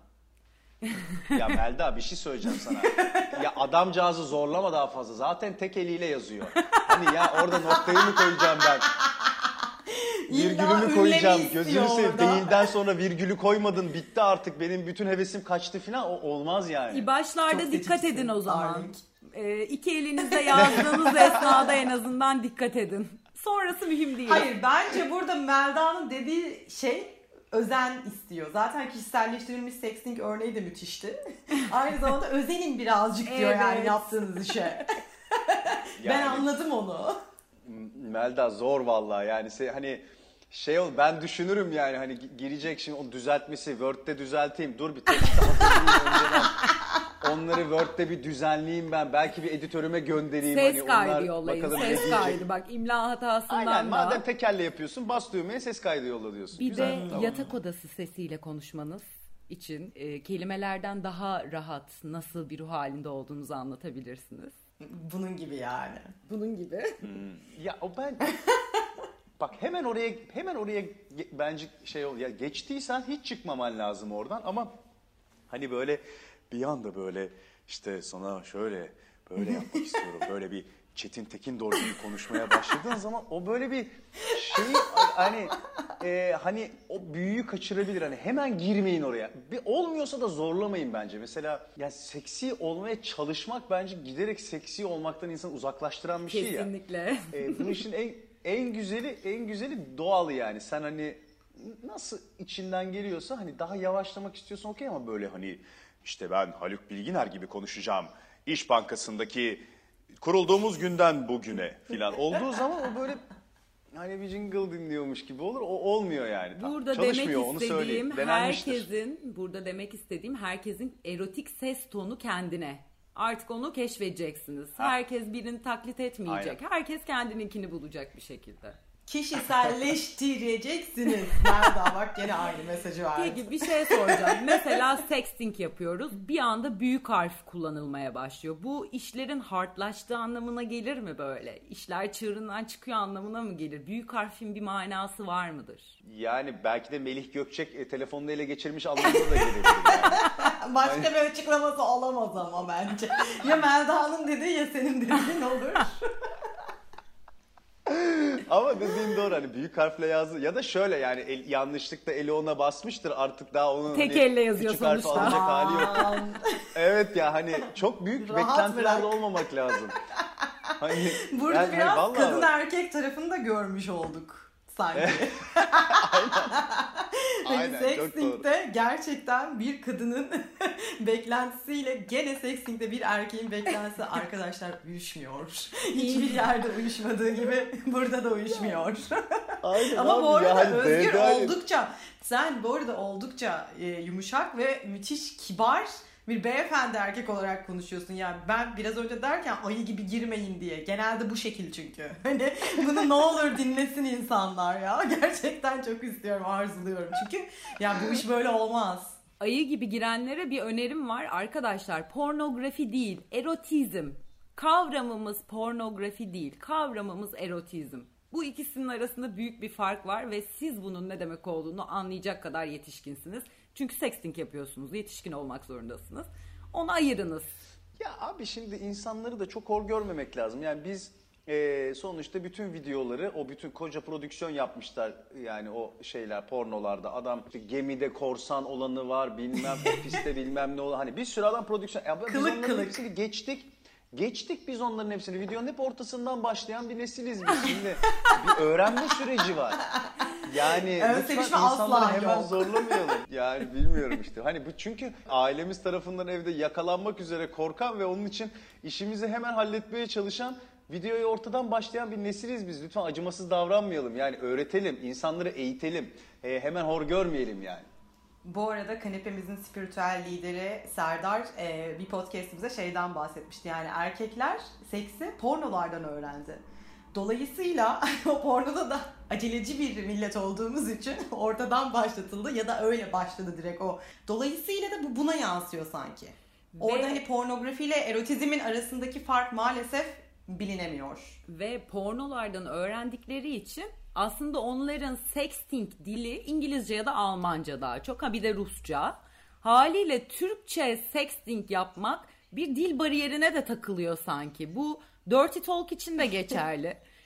Ya Melda bir şey söyleyeceğim sana. Ya adamcağızı zorlama daha fazla. Zaten tek eliyle yazıyor. Hani ya orada noktayı mı koyacağım ben? Virgülümü koyacağım. Gözünü seveyim. Değilden sonra virgülü koymadın. Bitti artık. Benim bütün hevesim kaçtı falan. O olmaz yani. İbaşlarda çok dikkat edin o zaman. İki elinizle yazdığınız esnada en azından dikkat edin. Sonrası mühim değil. Hayır, bence burada Melda'nın dediği şey özen istiyor. Zaten kişiselleştirilmiş sexting örneği de müthişti. Aynı zamanda özenin birazcık diyor yani yaptığınız işe. Ben anladım onu. Melda zor vallahi yani hani ben düşünürüm yani hani girecek şimdi o düzeltmesi Word'de düzelteyim. Dur bir tekst hazırlayayım önceden. Onları Word'de bir düzenleyeyim ben. Belki bir editörüme göndereyim. Ses hani kaydı yollayın. Ses kaydı. Bak imla hatasından Aynen, da. madem tekerle yapıyorsun bas düğmeye ses kaydı yolla diyorsun. Bir Güzel, de tamam. yatak odası sesiyle konuşmanız için kelimelerden daha rahat nasıl bir ruh halinde olduğunuzu anlatabilirsiniz. Bunun gibi yani. Bunun gibi. Ya o ben bak hemen oraya bence ya geçtiysen hiç çıkmaman lazım oradan ama hani böyle bir anda böyle işte sana şöyle böyle yapmak istiyorum. Böyle bir Çetin Tekindor gibi konuşmaya başladığın zaman o böyle bir şey hani o büyüyü kaçırabilir. Hani hemen girmeyin oraya. Bir olmuyorsa da zorlamayın bence. Mesela ya seksi olmaya çalışmak bence giderek seksi olmaktan insanı uzaklaştıran bir şey ya. Kesinlikle. Bunun için en güzeli doğal yani. Sen hani nasıl içinden geliyorsa hani daha yavaşlamak istiyorsan okey ama böyle hani işte ben Haluk Bilginer gibi konuşacağım. İş Bankası'ndaki kurulduğumuz günden bugüne falan olduğu zaman o böyle hani bir jingle dinliyormuş gibi olur. O olmuyor yani. Burada demek istediğim herkesin erotik ses tonu kendine. Artık onu keşfedeceksiniz. Herkes birini taklit etmeyecek. Aynen. Herkes kendininkini bulacak bir şekilde. Kişiselleştireceksiniz. Nerede? Bak gene aynı mesajı var. Peki bir şey soracağım. Mesela sexting yapıyoruz. Bir anda büyük harf kullanılmaya başlıyor. Bu işlerin hardlaştığı anlamına gelir mi böyle? İşler çığırından çıkıyor anlamına mı gelir? Büyük harfin bir manası var mıdır? Yani belki de Melih Gökçek telefonunu ele geçirmiş anlamına da gelebilir. Yani. Başka bir açıklaması olamaz ama bence. Ya Melda'nın dediği ya senin dediğin olur. Ama dediğin doğru hani büyük harfle yazdı ya da şöyle yani yanlışlıkla eli ona basmıştır artık daha onun tek hani elle yazıyor küçük harf sonuçta. alacak hali yok. Evet ya hani çok büyük beklentilerde olmamak lazım. Hani, burada yani, biraz kadın erkek tarafını da görmüş olduk sanki. Aynen. Sexting'de gerçekten bir kadının beklentisiyle gene sexting'de bir erkeğin beklentisi arkadaşlar uyuşmuyor. Hiçbir yerde uyuşmadığı gibi burada da uyuşmuyor. Aynen. Ama bu arada yani Özgür oldukça yumuşak ve müthiş kibar bir beyefendi erkek olarak konuşuyorsun. Yani ben biraz önce derken ayı gibi girmeyin diye. Genelde bu şekil çünkü. Hani bunu ne olur dinlesin insanlar ya. Gerçekten çok istiyorum, arzuluyorum. Çünkü ya bu iş böyle olmaz. Ayı gibi girenlere bir önerim var. Arkadaşlar pornografi değil, erotizm. Kavramımız pornografi değil, kavramımız erotizm. Bu ikisinin arasında büyük bir fark var ve siz bunun ne demek olduğunu anlayacak kadar yetişkinsiniz. Çünkü sexting yapıyorsunuz, yetişkin olmak zorundasınız. Onu ayırınız. Ya abi şimdi insanları da çok hor görmemek lazım. Yani biz sonuçta bütün videoları, o bütün koca prodüksiyon yapmışlar. Yani o şeyler pornolarda adam işte gemide korsan olanı var, bilmem ofiste bilmem ne olan. Hani bir sürü adam prodüksiyon. Ya biz onların hepsini geçtik biz onların hepsini. Videonun hep ortasından başlayan bir nesiliz biz. Şimdi bir öğrenme süreci var. Yani lütfen insanları hemen zorlamayalım. Yani bilmiyorum işte. Hani bu çünkü ailemiz tarafından evde yakalanmak üzere korkan ve onun için işimizi hemen halletmeye çalışan, videoya ortadan başlayan bir nesiliz biz. Lütfen acımasız davranmayalım. Yani öğretelim, insanları eğitelim. Hemen hor görmeyelim yani. Bu arada kanepemizin spiritüel lideri Serdar bir podcastimize şeyden bahsetmişti. Yani erkekler seksi pornolardan öğrendi. Dolayısıyla o pornoda da aceleci bir millet olduğumuz için ortadan başlatıldı ya da öyle başladı direkt o. Dolayısıyla da bu buna yansıyor sanki. Orada hani pornografiyle erotizmin arasındaki fark maalesef bilinemiyor. Ve pornolardan öğrendikleri için aslında onların sexting dili İngilizce ya da Almanca daha çok. Ha bir de Rusça. Haliyle Türkçe sexting yapmak bir dil bariyerine de takılıyor sanki. Bu Dirty Talk için de geçerli.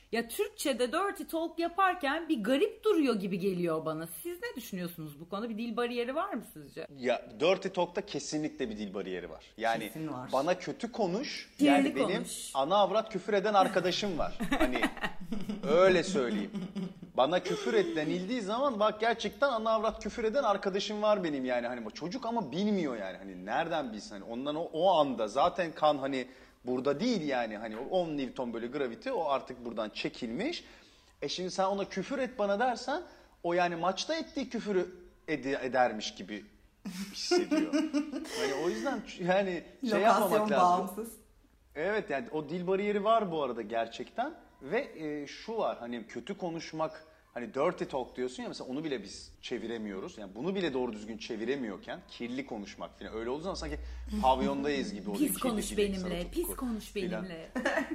Ya Türkçe'de dirty talk yaparken bir garip duruyor gibi geliyor bana. Siz ne düşünüyorsunuz bu konuda? Bir dil bariyeri var mı sizce? Ya dirty talk'ta kesinlikle bir dil bariyeri var. Yani Kesin var. bana kötü konuş. Kirli Yani benim konuş. ana avrat küfür eden arkadaşım var. Hani öyle söyleyeyim. Bana küfür et denildiği zaman bak gerçekten ana avrat küfür eden arkadaşım var benim yani. Hani çocuk ama bilmiyor yani. Hani nereden bilsin? Hani ondan o anda zaten kan hani burada değil yani. Hani 10 Newton bölü gravity o artık buradan çekilmiş. Şimdi sen ona küfür et bana dersen o yani maçta ettiği küfürü edermiş gibi hissediyor. Hani o yüzden yani şey yapmamak Lokasyon lazım. bağımsız. Evet yani o dil bariyeri var bu arada gerçekten ve şu var hani kötü konuşmak hani dirty talk diyorsun ya mesela onu bile biz çeviremiyoruz. Yani bunu bile doğru düzgün çeviremiyorken kirli konuşmak falan öyle olduğu zaman sanki pavyondayız gibi oluyor. Pis konuş Kirli sana benimle, tutku pis konuş filan. benimle.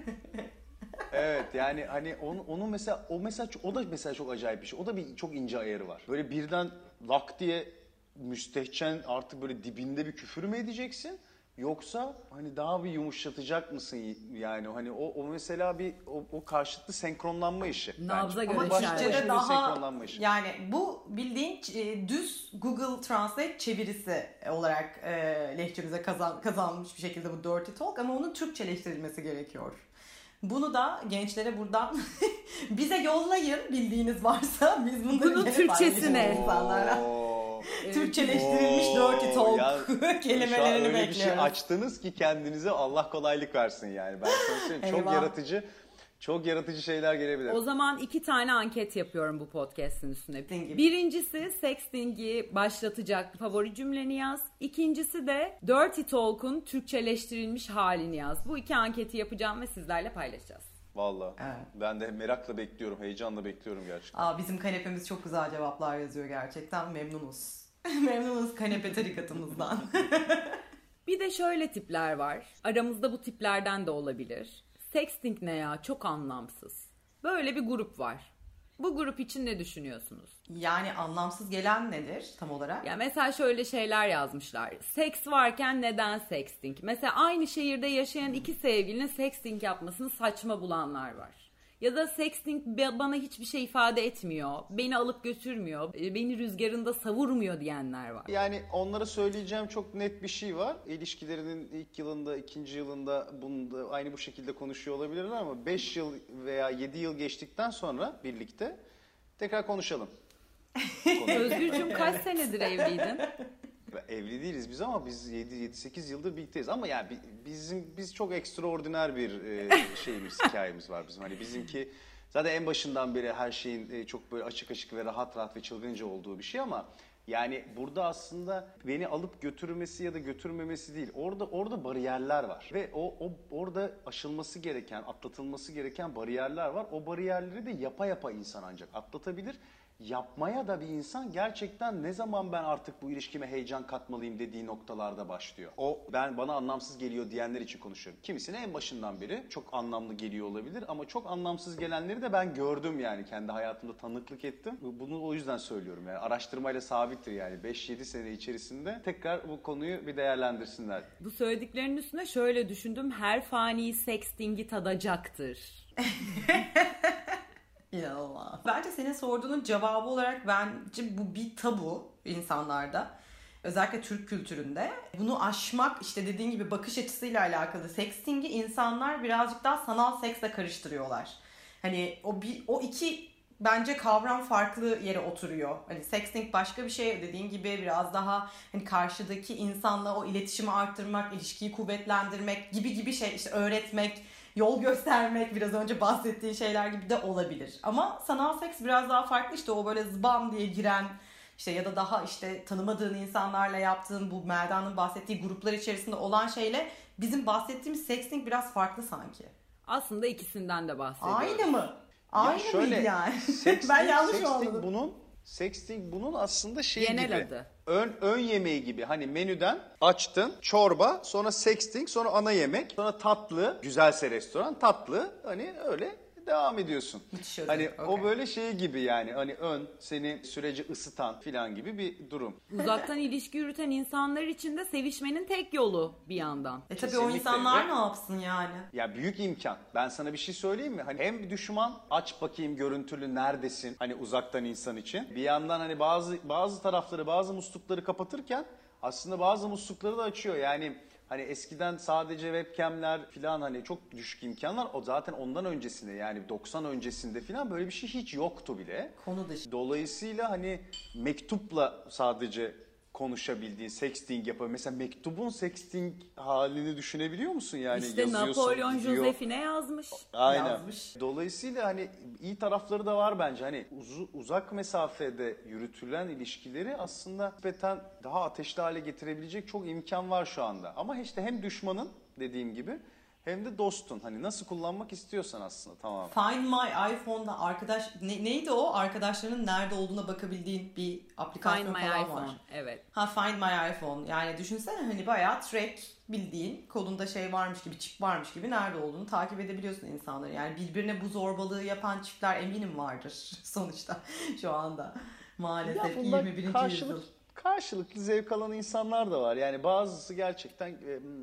Evet yani hani onu mesela o da mesela çok acayip bir şey. O da bir çok ince ayarı var. Böyle birden lak diye müstehcen artık böyle dibinde bir küfür mü edeceksin? Yoksa hani daha bir yumuşatacak mısın yani hani o mesela bir o karşılıklı senkronlanma işi. Nabza bence. göre Ama başlı şarkı. başına Türkçe'de bir daha senkronlanma işi. yani bu bildiğin düz Google Translate çevirisi olarak lehçemize kazanmış bir şekilde bu dirty talk ama onun Türkçeleştirilmesi gerekiyor. Bunu da gençlere buradan bize yollayın bildiğiniz varsa biz bunları Bunun gene Türkçesine. paylaşırız insanlarla. Oo. Türkçeleştirilmiş Oo, dirty talk ya, Şu an kelimelerini öyle bir şey bekliyoruz. açtınız ki kendinize Allah kolaylık versin yani. Ben sana söyleyeyim Eyvah. çok yaratıcı şeyler gelebilir. O zaman 2 tane anket yapıyorum bu podcast'in üstüne. Sexting. Birincisi sexting'i başlatacak favori cümleni yaz. İkincisi de dirty talk'un Türkçeleştirilmiş halini yaz. Bu 2 anketi yapacağım ve sizlerle paylaşacağız. Vallahi Evet. ben de merakla bekliyorum, heyecanla bekliyorum gerçekten. Bizim kanepemiz çok güzel cevaplar yazıyor gerçekten. Memnunuz. Memnunuz kanepe tarikatımızdan. Bir de şöyle tipler var. Aramızda bu tiplerden de olabilir. Sexting ne ya? Çok anlamsız. Böyle bir grup var. Bu grup için ne düşünüyorsunuz? Yani anlamsız gelen nedir tam olarak? Ya mesela şöyle şeyler yazmışlar. Seks varken neden sexting? Mesela aynı şehirde yaşayan 2 sevgilinin sexting yapmasını saçma bulanlar var. Ya da sexting bana hiçbir şey ifade etmiyor. Beni alıp götürmüyor. Beni rüzgarında savurmuyor diyenler var. Yani onlara söyleyeceğim çok net bir şey var. İlişkilerinin ilk yılında, ikinci yılında bunu da aynı bu şekilde konuşuyor olabilirler ama 5 yıl veya 7 yıl geçtikten sonra birlikte tekrar konuşalım. Özgürcüğüm kaç senedir evliydin? Evli değiliz biz ama biz 7-8 yıldır birlikteyiz ama yani biz çok ekstraordiner bir hikayemiz var bizim. Hani bizimki zaten en başından beri her şeyin çok böyle açık açık ve rahat ve çılgınca olduğu bir şey ama yani burada aslında beni alıp götürmesi ya da götürmemesi değil. Orada bariyerler var ve orada aşılması gereken, atlatılması gereken bariyerler var. O bariyerleri de yapa insan ancak atlatabilir. Yapmaya da bir insan gerçekten ne zaman ben artık bu ilişkime heyecan katmalıyım dediği noktalarda başlıyor. Bana anlamsız geliyor diyenler için konuşuyorum. Kimisine en başından beri çok anlamlı geliyor olabilir ama çok anlamsız gelenleri de ben gördüm yani kendi hayatımda tanıklık ettim. Bunu o yüzden söylüyorum yani araştırmayla sabittir yani 5-7 sene içerisinde tekrar bu konuyu bir değerlendirsinler. Bu söylediklerinin üstüne şöyle düşündüm. Her fani sexting'i tadacaktır. İnanılmaz. Bence senin sorduğunun cevabı olarak bence bu bir tabu insanlarda. Özellikle Türk kültüründe. Bunu aşmak işte dediğin gibi bakış açısıyla alakalı. Sexting'i insanlar birazcık daha sanal seksle karıştırıyorlar. Hani o iki bence kavram farklı yere oturuyor. Hani sexting başka bir şey dediğin gibi biraz daha hani karşıdaki insanla o iletişimi arttırmak, ilişkiyi kuvvetlendirmek gibi şey işte öğretmek, yol göstermek biraz önce bahsettiğin şeyler gibi de olabilir. Ama sanal seks biraz daha farklı işte o böyle zbam diye giren işte ya da daha işte tanımadığın insanlarla yaptığın bu Melda'nın bahsettiği gruplar içerisinde olan şeyle bizim bahsettiğimiz sexting biraz farklı sanki. Aslında ikisinden de bahsediyoruz. Aynı mı? Aynı mıydı yani? Ben yanlış mı anladım? Sexting bunun aslında genel gibi. adı. Ön yemeği gibi. Hani menüden açtın, çorba, sonra sexting, sonra ana yemek, sonra tatlı, güzelse restoran, tatlı. Hani öyle devam ediyorsun. Müthiş özet, Hani okey. o böyle şey gibi yani hani seni süreci ısıtan filan gibi bir durum. Uzaktan ilişki yürüten insanlar için de sevişmenin tek yolu bir yandan. Tabii o Kesinlikle. insanlar ne yapsın yani? Ya büyük imkan. Ben sana bir şey söyleyeyim mi? Hani hem düşman aç bakayım görüntülü neredesin hani uzaktan insan için. Bir yandan hani bazı tarafları bazı muslukları kapatırken aslında bazı muslukları da açıyor. Yani hani eskiden sadece webcamler falan hani çok düşük imkanlar. O zaten ondan öncesinde yani 90 öncesinde falan böyle bir şey hiç yoktu bile. Konu dışı. Dolayısıyla hani mektupla sadece konuşabildiğin, sexting yapabilir. Mesela mektubun sexting halini düşünebiliyor musun? Yani İşte yazıyorsun, Napolyon gidiyor. Josephine yazmış. Aynen. Yazmış. Dolayısıyla hani iyi tarafları da var bence. Hani uzak mesafede yürütülen ilişkileri aslında nispeten daha ateşli hale getirebilecek çok imkan var şu anda. Ama işte hem düşmanın dediğim gibi hem de dostun. Hani nasıl kullanmak istiyorsan aslında tamam. Find My iPhone'da neydi o? Arkadaşlarının nerede olduğuna bakabildiğin bir aplikasyon Find My falan iPhone. var. Evet. Ha, Find My iPhone. Yani düşünsene hani bayağı track, bildiğin kolunda şey varmış gibi, çip varmış gibi nerede olduğunu takip edebiliyorsun insanları. Yani birbirine bu zorbalığı yapan çiftler eminim vardır sonuçta şu anda. Maalesef Ya bunlar 21. yüzyıl. karşılıklı zevk alan insanlar da var. Yani bazısı gerçekten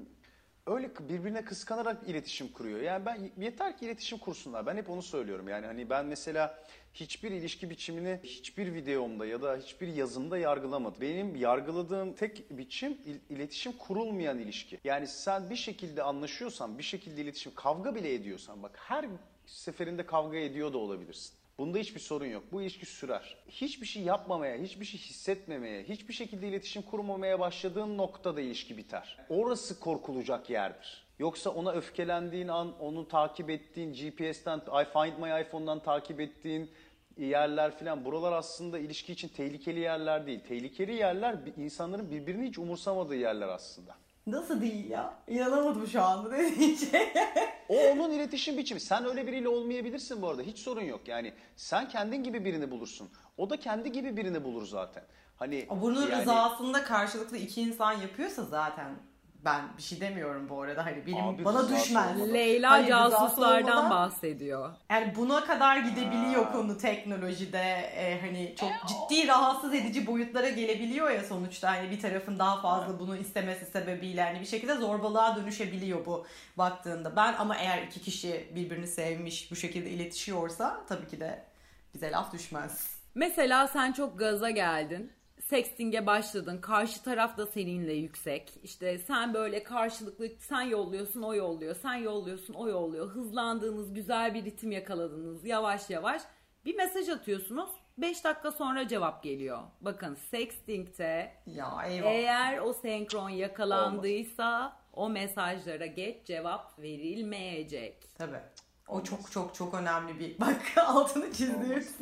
öyle birbirine kıskanarak iletişim kuruyor. Yani ben yeter ki iletişim kursunlar. Ben hep onu söylüyorum. Yani hani ben mesela hiçbir ilişki biçimini hiçbir videomda ya da hiçbir yazımda yargılamadım. Benim yargıladığım tek biçim iletişim kurulmayan ilişki. Yani sen bir şekilde anlaşıyorsan, bir şekilde iletişim, kavga bile ediyorsan bak her seferinde kavga ediyor da olabilirsin. Bunda hiçbir sorun yok. Bu ilişki sürer. Hiçbir şey yapmamaya, hiçbir şey hissetmemeye, hiçbir şekilde iletişim kurmamaya başladığın noktada ilişki biter. Orası korkulacak yerdir. Yoksa ona öfkelendiğin an, onu takip ettiğin, GPS'ten, Find My iPhone'dan takip ettiğin yerler filan. Buralar aslında ilişki için tehlikeli yerler değil. Tehlikeli yerler insanların birbirini hiç umursamadığı yerler aslında. Nasıl değil ya? İnanamadım şu anda dediğin şey. O onun iletişim biçimi. Sen öyle biriyle olmayabilirsin bu arada. Hiç sorun yok. Yani sen kendin gibi birini bulursun. O da kendi gibi birini bulur zaten. Hani Bunun yani, rızasında karşılıklı iki insan yapıyorsa zaten ben bir şey demiyorum bu arada. Hani benim Abi bana rızası düşmez. olmadan. Leyla Hani rızası casuslardan olmadan- bahsediyor. Yani buna kadar gidebiliyor konu teknolojide. Hani çok ciddi rahatsız edici boyutlara gelebiliyor ya sonuçta. Hani bir tarafın daha fazla bunu istemesi sebebiyle hani bir şekilde zorbalığa dönüşebiliyor bu baktığında. Ama eğer iki kişi birbirini sevmiş bu şekilde iletişiyorsa tabii ki de bize laf düşmez. Mesela sen çok gaza geldin. Sexting'e başladın. Karşı taraf da seninle yüksek. İşte sen böyle karşılıklı sen yolluyorsun o yolluyor. Sen yolluyorsun o yolluyor. Hızlandığınız güzel bir ritim yakaladınız. Yavaş yavaş bir mesaj atıyorsunuz. 5 dakika sonra cevap geliyor. Bakın sexting'te Ya eyvah. eğer o senkron yakalandıysa o mesajlara geç cevap verilmeyecek. Tabii. O çok çok çok önemli bir bak altını çizdiğimiz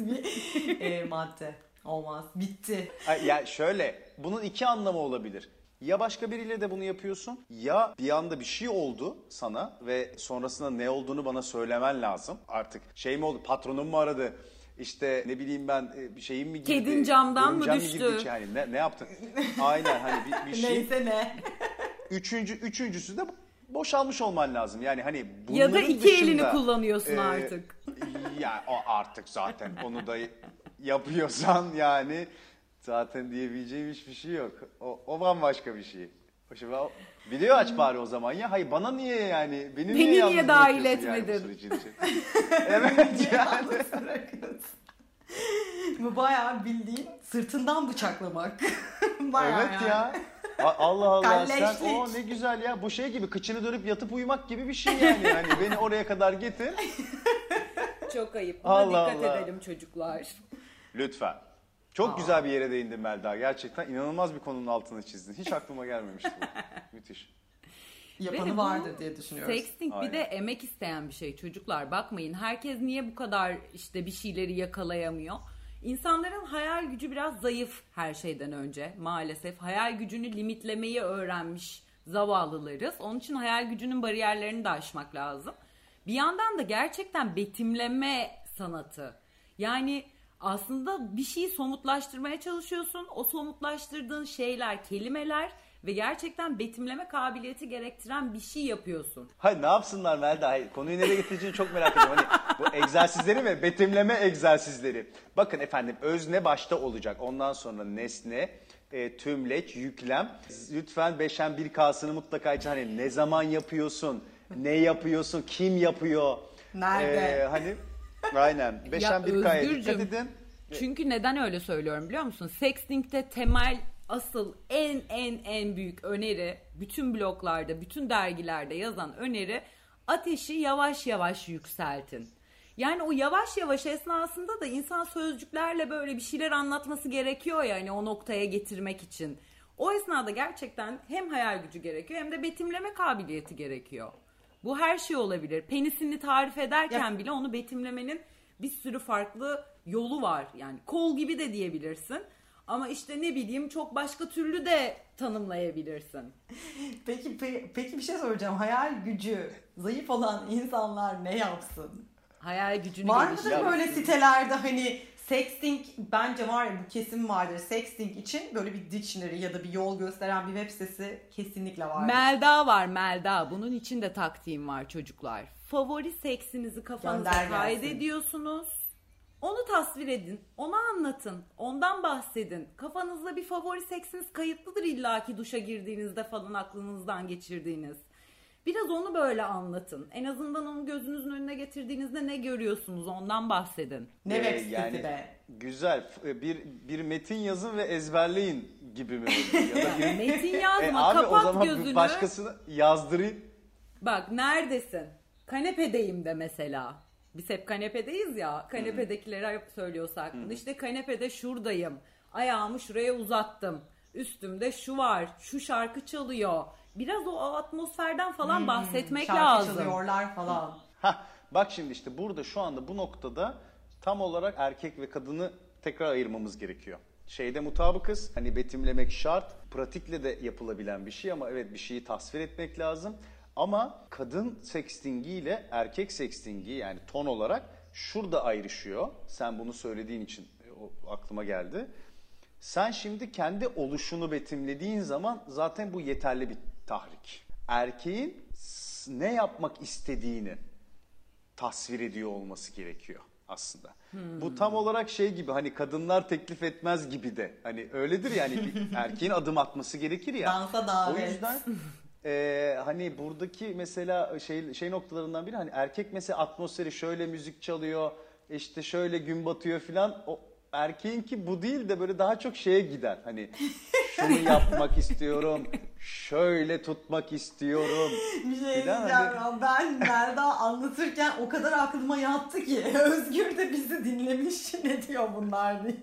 bir madde. Olmaz. Bitti. ya şöyle bunun iki anlamı olabilir. Ya başka biriyle de bunu yapıyorsun ya bir anda bir şey oldu sana ve sonrasında ne olduğunu bana söylemen lazım. Artık şey mi oldu, patronum mu aradı? İşte ne bileyim ben bir şeyim mi girdi? Kedin camdan mı Görümcem düştü? girdi? Yani ne yaptın? Aynen hani bir şey. Neyse ne. Üçüncüsü de boşalmış olman lazım. Yani hani Ya da bunların iki dışında, elini kullanıyorsun artık. Ya o artık zaten onu da yapıyorsan yani zaten diyebileceğim hiçbir şey yok. O bambaşka bir şey. Şimdi video aç bari o zaman ya. Hayır bana niye yani? Beni niye yalnız dahil bırakıyorsun yani bu etmedin? sürecin için? Evet yani. Bu bayağı bildiğin sırtından bıçaklamak. Bayağı Evet yani. ya. Allah Allah sen Kalleşlik. ne güzel ya. Bu şey gibi kıçını dönüp yatıp uyumak gibi bir şey yani. Yani beni oraya kadar getir. Çok ayıp. Buna Allah dikkat Allah. edelim çocuklar. Lütfen. Çok güzel bir yere değindin Melda. Gerçekten inanılmaz bir konunun altını çizdin. Hiç aklıma gelmemişti bu. Müthiş. Yapanı Ve bu vardır diye düşünüyoruz. Sexting bir Aynen. de emek isteyen bir şey çocuklar. Bakmayın herkes niye bu kadar işte bir şeyleri yakalayamıyor? İnsanların hayal gücü biraz zayıf her şeyden önce maalesef. Hayal gücünü limitlemeyi öğrenmiş zavallılarız. Onun için hayal gücünün bariyerlerini de aşmak lazım. Bir yandan da gerçekten betimleme sanatı. Yani aslında bir şeyi somutlaştırmaya çalışıyorsun. O somutlaştırdığın şeyler, kelimeler ve gerçekten betimleme kabiliyeti gerektiren bir şey yapıyorsun. Hayır, ne yapsınlar Melda? Hayır, konuyu nereye getireceğini çok merak ediyorum. Hani bu egzersizleri ve betimleme egzersizleri. Bakın efendim, özne başta olacak. Ondan sonra nesne, tümleç, yüklem. Lütfen 5'en 1K'sını mutlaka için, hani ne zaman yapıyorsun, ne yapıyorsun, kim yapıyor? Nerede? Hani aynen 5'en 1K'ya dikkat Özgürcüm, edin. çünkü neden öyle söylüyorum biliyor musun? Sexting'de temel, asıl en büyük öneri, bütün bloglarda, bütün dergilerde yazan öneri, ateşi yavaş yavaş yükseltin. Yani o yavaş yavaş esnasında da insan sözcüklerle böyle bir şeyler anlatması gerekiyor ya, hani o noktaya getirmek için. O esnada gerçekten hem hayal gücü gerekiyor hem de betimleme kabiliyeti gerekiyor. Bu her şey olabilir. Penisini tarif ederken bile onu betimlemenin bir sürü farklı yolu var. Yani kol gibi de diyebilirsin. Ama işte ne bileyim, çok başka türlü de tanımlayabilirsin. Peki bir şey soracağım. Hayal gücü zayıf olan insanlar ne yapsın? Hayal gücünü Var mıdır geliştirmek. böyle sitelerde hani sexting, bence var ya, bu kesin vardır. Sexting için böyle bir dictionary ya da bir yol gösteren bir web sitesi kesinlikle vardır. Melda var, Melda. Bunun için de taktiğim var çocuklar. Favori seksinizi kafanıza Gönder gelsin. kaydediyorsunuz. Onu tasvir edin, onu anlatın, ondan bahsedin. Kafanızda bir favori seksiniz kayıtlıdır illaki, duşa girdiğinizde falan aklınızdan geçirdiğiniz. Biraz onu böyle anlatın. En azından onu gözünüzün önüne getirdiğinizde ne görüyorsunuz, ondan bahsedin. Ne web sitesi Yani be? güzel. Bir metin yazın ve ezberleyin gibi mi oluyor? Ya da Metin yazma, abi o kapat zaman gözünü. başkasını yazdırayım. Bak, neredesin? Kanepedeyim de mesela. Biz hep kanepedeyiz ya. Kanepedekilere söylüyorsak bunu. İşte kanepede şuradayım. Ayağımı şuraya uzattım. Üstümde şu var. Şu şarkı çalıyor. Biraz o atmosferden falan bahsetmek Şarkı lazım. çalıyorlar falan. Bak şimdi işte burada şu anda bu noktada tam olarak erkek ve kadını tekrar ayırmamız gerekiyor. Şeyde mutabıkız. Hani betimlemek şart. Pratikle de yapılabilen bir şey ama evet, bir şeyi tasvir etmek lazım. Ama kadın sextingi ile erkek sextingi, yani ton olarak şurada ayrışıyor. Sen bunu söylediğin için o aklıma geldi. Sen şimdi kendi oluşunu betimlediğin zaman zaten bu yeterli bir tahrik. Erkeğin ne yapmak istediğini tasvir ediyor olması gerekiyor aslında. Bu tam olarak şey gibi, hani kadınlar teklif etmez gibi de. Hani öyledir yani, bir erkeğin adım atması gerekir ya. Dansa davet. O yüzden hani buradaki mesela şey noktalarından biri, hani erkek mesela atmosferi, şöyle müzik çalıyor, işte şöyle gün batıyor filan. O erkeğinki bu değil de böyle daha çok şeye gider. Hani şunu yapmak istiyorum, şöyle tutmak istiyorum. Bir şey diyeceğim filan. ya. Ben Melda anlatırken o kadar aklıma yattı ki. Özgür de bizi dinlemiş, ne diyor bunlar diye.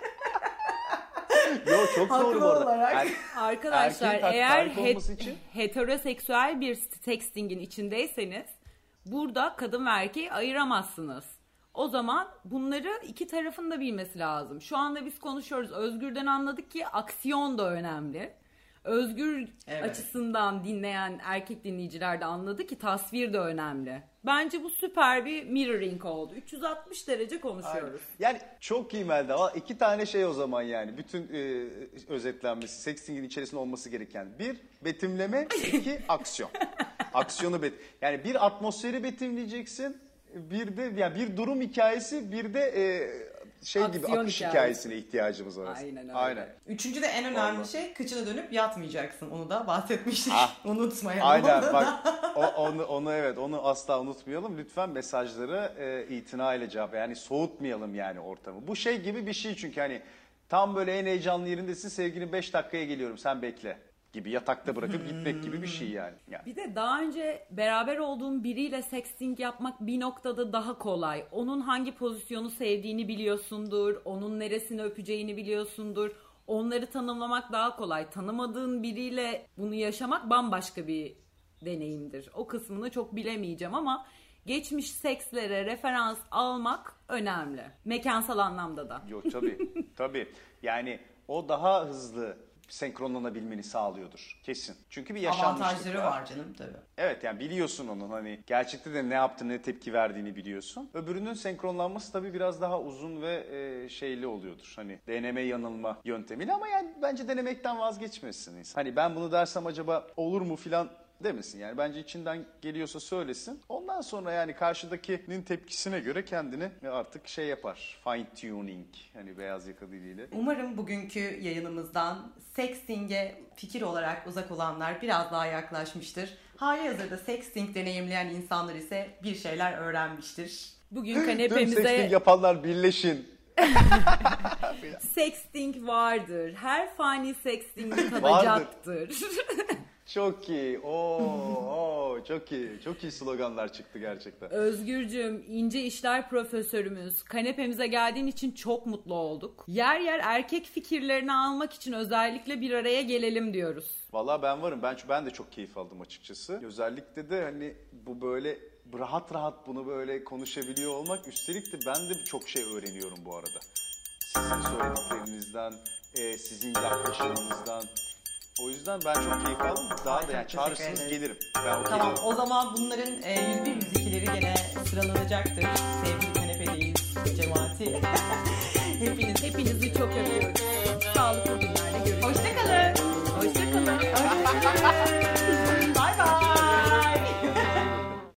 Yo, çok doğru Haklı bu arada. olarak. Arkadaşlar, Erkeğin eğer tahrik olması için- heteroseksüel bir sextingin içindeyseniz burada kadın ve erkeği ayıramazsınız. O zaman bunları iki tarafın da bilmesi lazım. Şu anda biz konuşuyoruz. Özgür'den anladık ki aksiyon da önemli. Özgür açısından dinleyen erkek dinleyiciler de anladı ki tasvir de önemli. Bence bu süper bir mirroring oldu. 360 derece konuşuyoruz. Yani çok iyi Melda. İki tane şey o zaman yani. Bütün özetlenmesi, sexting'in içerisinde olması gereken. Bir, betimleme. İki, aksiyon. Aksiyonu yani bir atmosferi betimleyeceksin. Bir de yani bir durum hikayesi, bir de şey gibi Aksiyon akış hikayesi. hikayesine ihtiyacımız var. Aynen öyle. Aynen. Üçüncü de en önemli şey, kıçına dönüp yatmayacaksın. Onu da bahsetmiştik. Unutmayalım. Aynen onu da. bak onu evet, onu asla unutmayalım. Lütfen mesajları itina ile cevap, yani soğutmayalım yani ortamı. Bu şey gibi bir şey, çünkü hani tam böyle en heyecanlı yerindesin, sevgilin 5 dakikaya geliyorum sen bekle gibi, yatakta bırakıp gitmek gibi bir şey yani. Bir de daha önce beraber olduğun biriyle sexting yapmak bir noktada daha kolay. Onun hangi pozisyonu sevdiğini biliyorsundur, onun neresini öpeceğini biliyorsundur. Onları tanımlamak daha kolay. Tanımadığın biriyle bunu yaşamak bambaşka bir deneyimdir. O kısmını çok bilemeyeceğim ama geçmiş sekslere referans almak önemli. Mekansal anlamda da. Yok tabii tabii, yani o daha hızlı senkronlanabilmeni sağlıyordur. Kesin. Çünkü bir yaşanmışlık avantajları var canım tabii. Evet, yani biliyorsun onun hani gerçekte de ne yaptığını, ne tepki verdiğini biliyorsun. Öbürünün senkronlanması tabii biraz daha uzun ve şeyli oluyordur. Hani deneme yanılma yöntemiyle, ama yani bence denemekten vazgeçmesin insan. Hani ben bunu dersem acaba olur mu filan demesin. Yani bence içinden geliyorsa söylesin. Ondan sonra yani karşıdakinin tepkisine göre kendini artık şey yapar. Fine tuning. Hani beyaz yaka diliyle. Umarım bugünkü yayınımızdan sexting'e fikir olarak uzak olanlar biraz daha yaklaşmıştır. Halihazırda sexting deneyimleyen insanlar ise bir şeyler öğrenmiştir. Bugün Tüm kanepemize sexting yapanlar birleşin. sexting vardır. Her fani sexting'i tadacaktır. Çok iyi. Çok iyi. Çok iyi sloganlar çıktı gerçekten. Özgürcüğüm, ince işler profesörümüz, kanepemize geldiğin için çok mutlu olduk. Yer yer erkek fikirlerini almak için özellikle bir araya gelelim diyoruz. Vallahi ben varım. Ben de çok keyif aldım açıkçası. Özellikle de hani bu böyle rahat rahat bunu böyle konuşabiliyor olmak. Üstelik de ben de çok şey öğreniyorum bu arada. Sizin söylediklerinizden, sizin yaklaşımınızdan. O yüzden ben çok keyif aldım. Daha da yani çağırırsanız gelirim. Tamam, o zaman bunların 101 müzikleri gene sıralanacaktır. Sevgili kanepedeyiz cemaati. Hepinizi çok öpüyorum.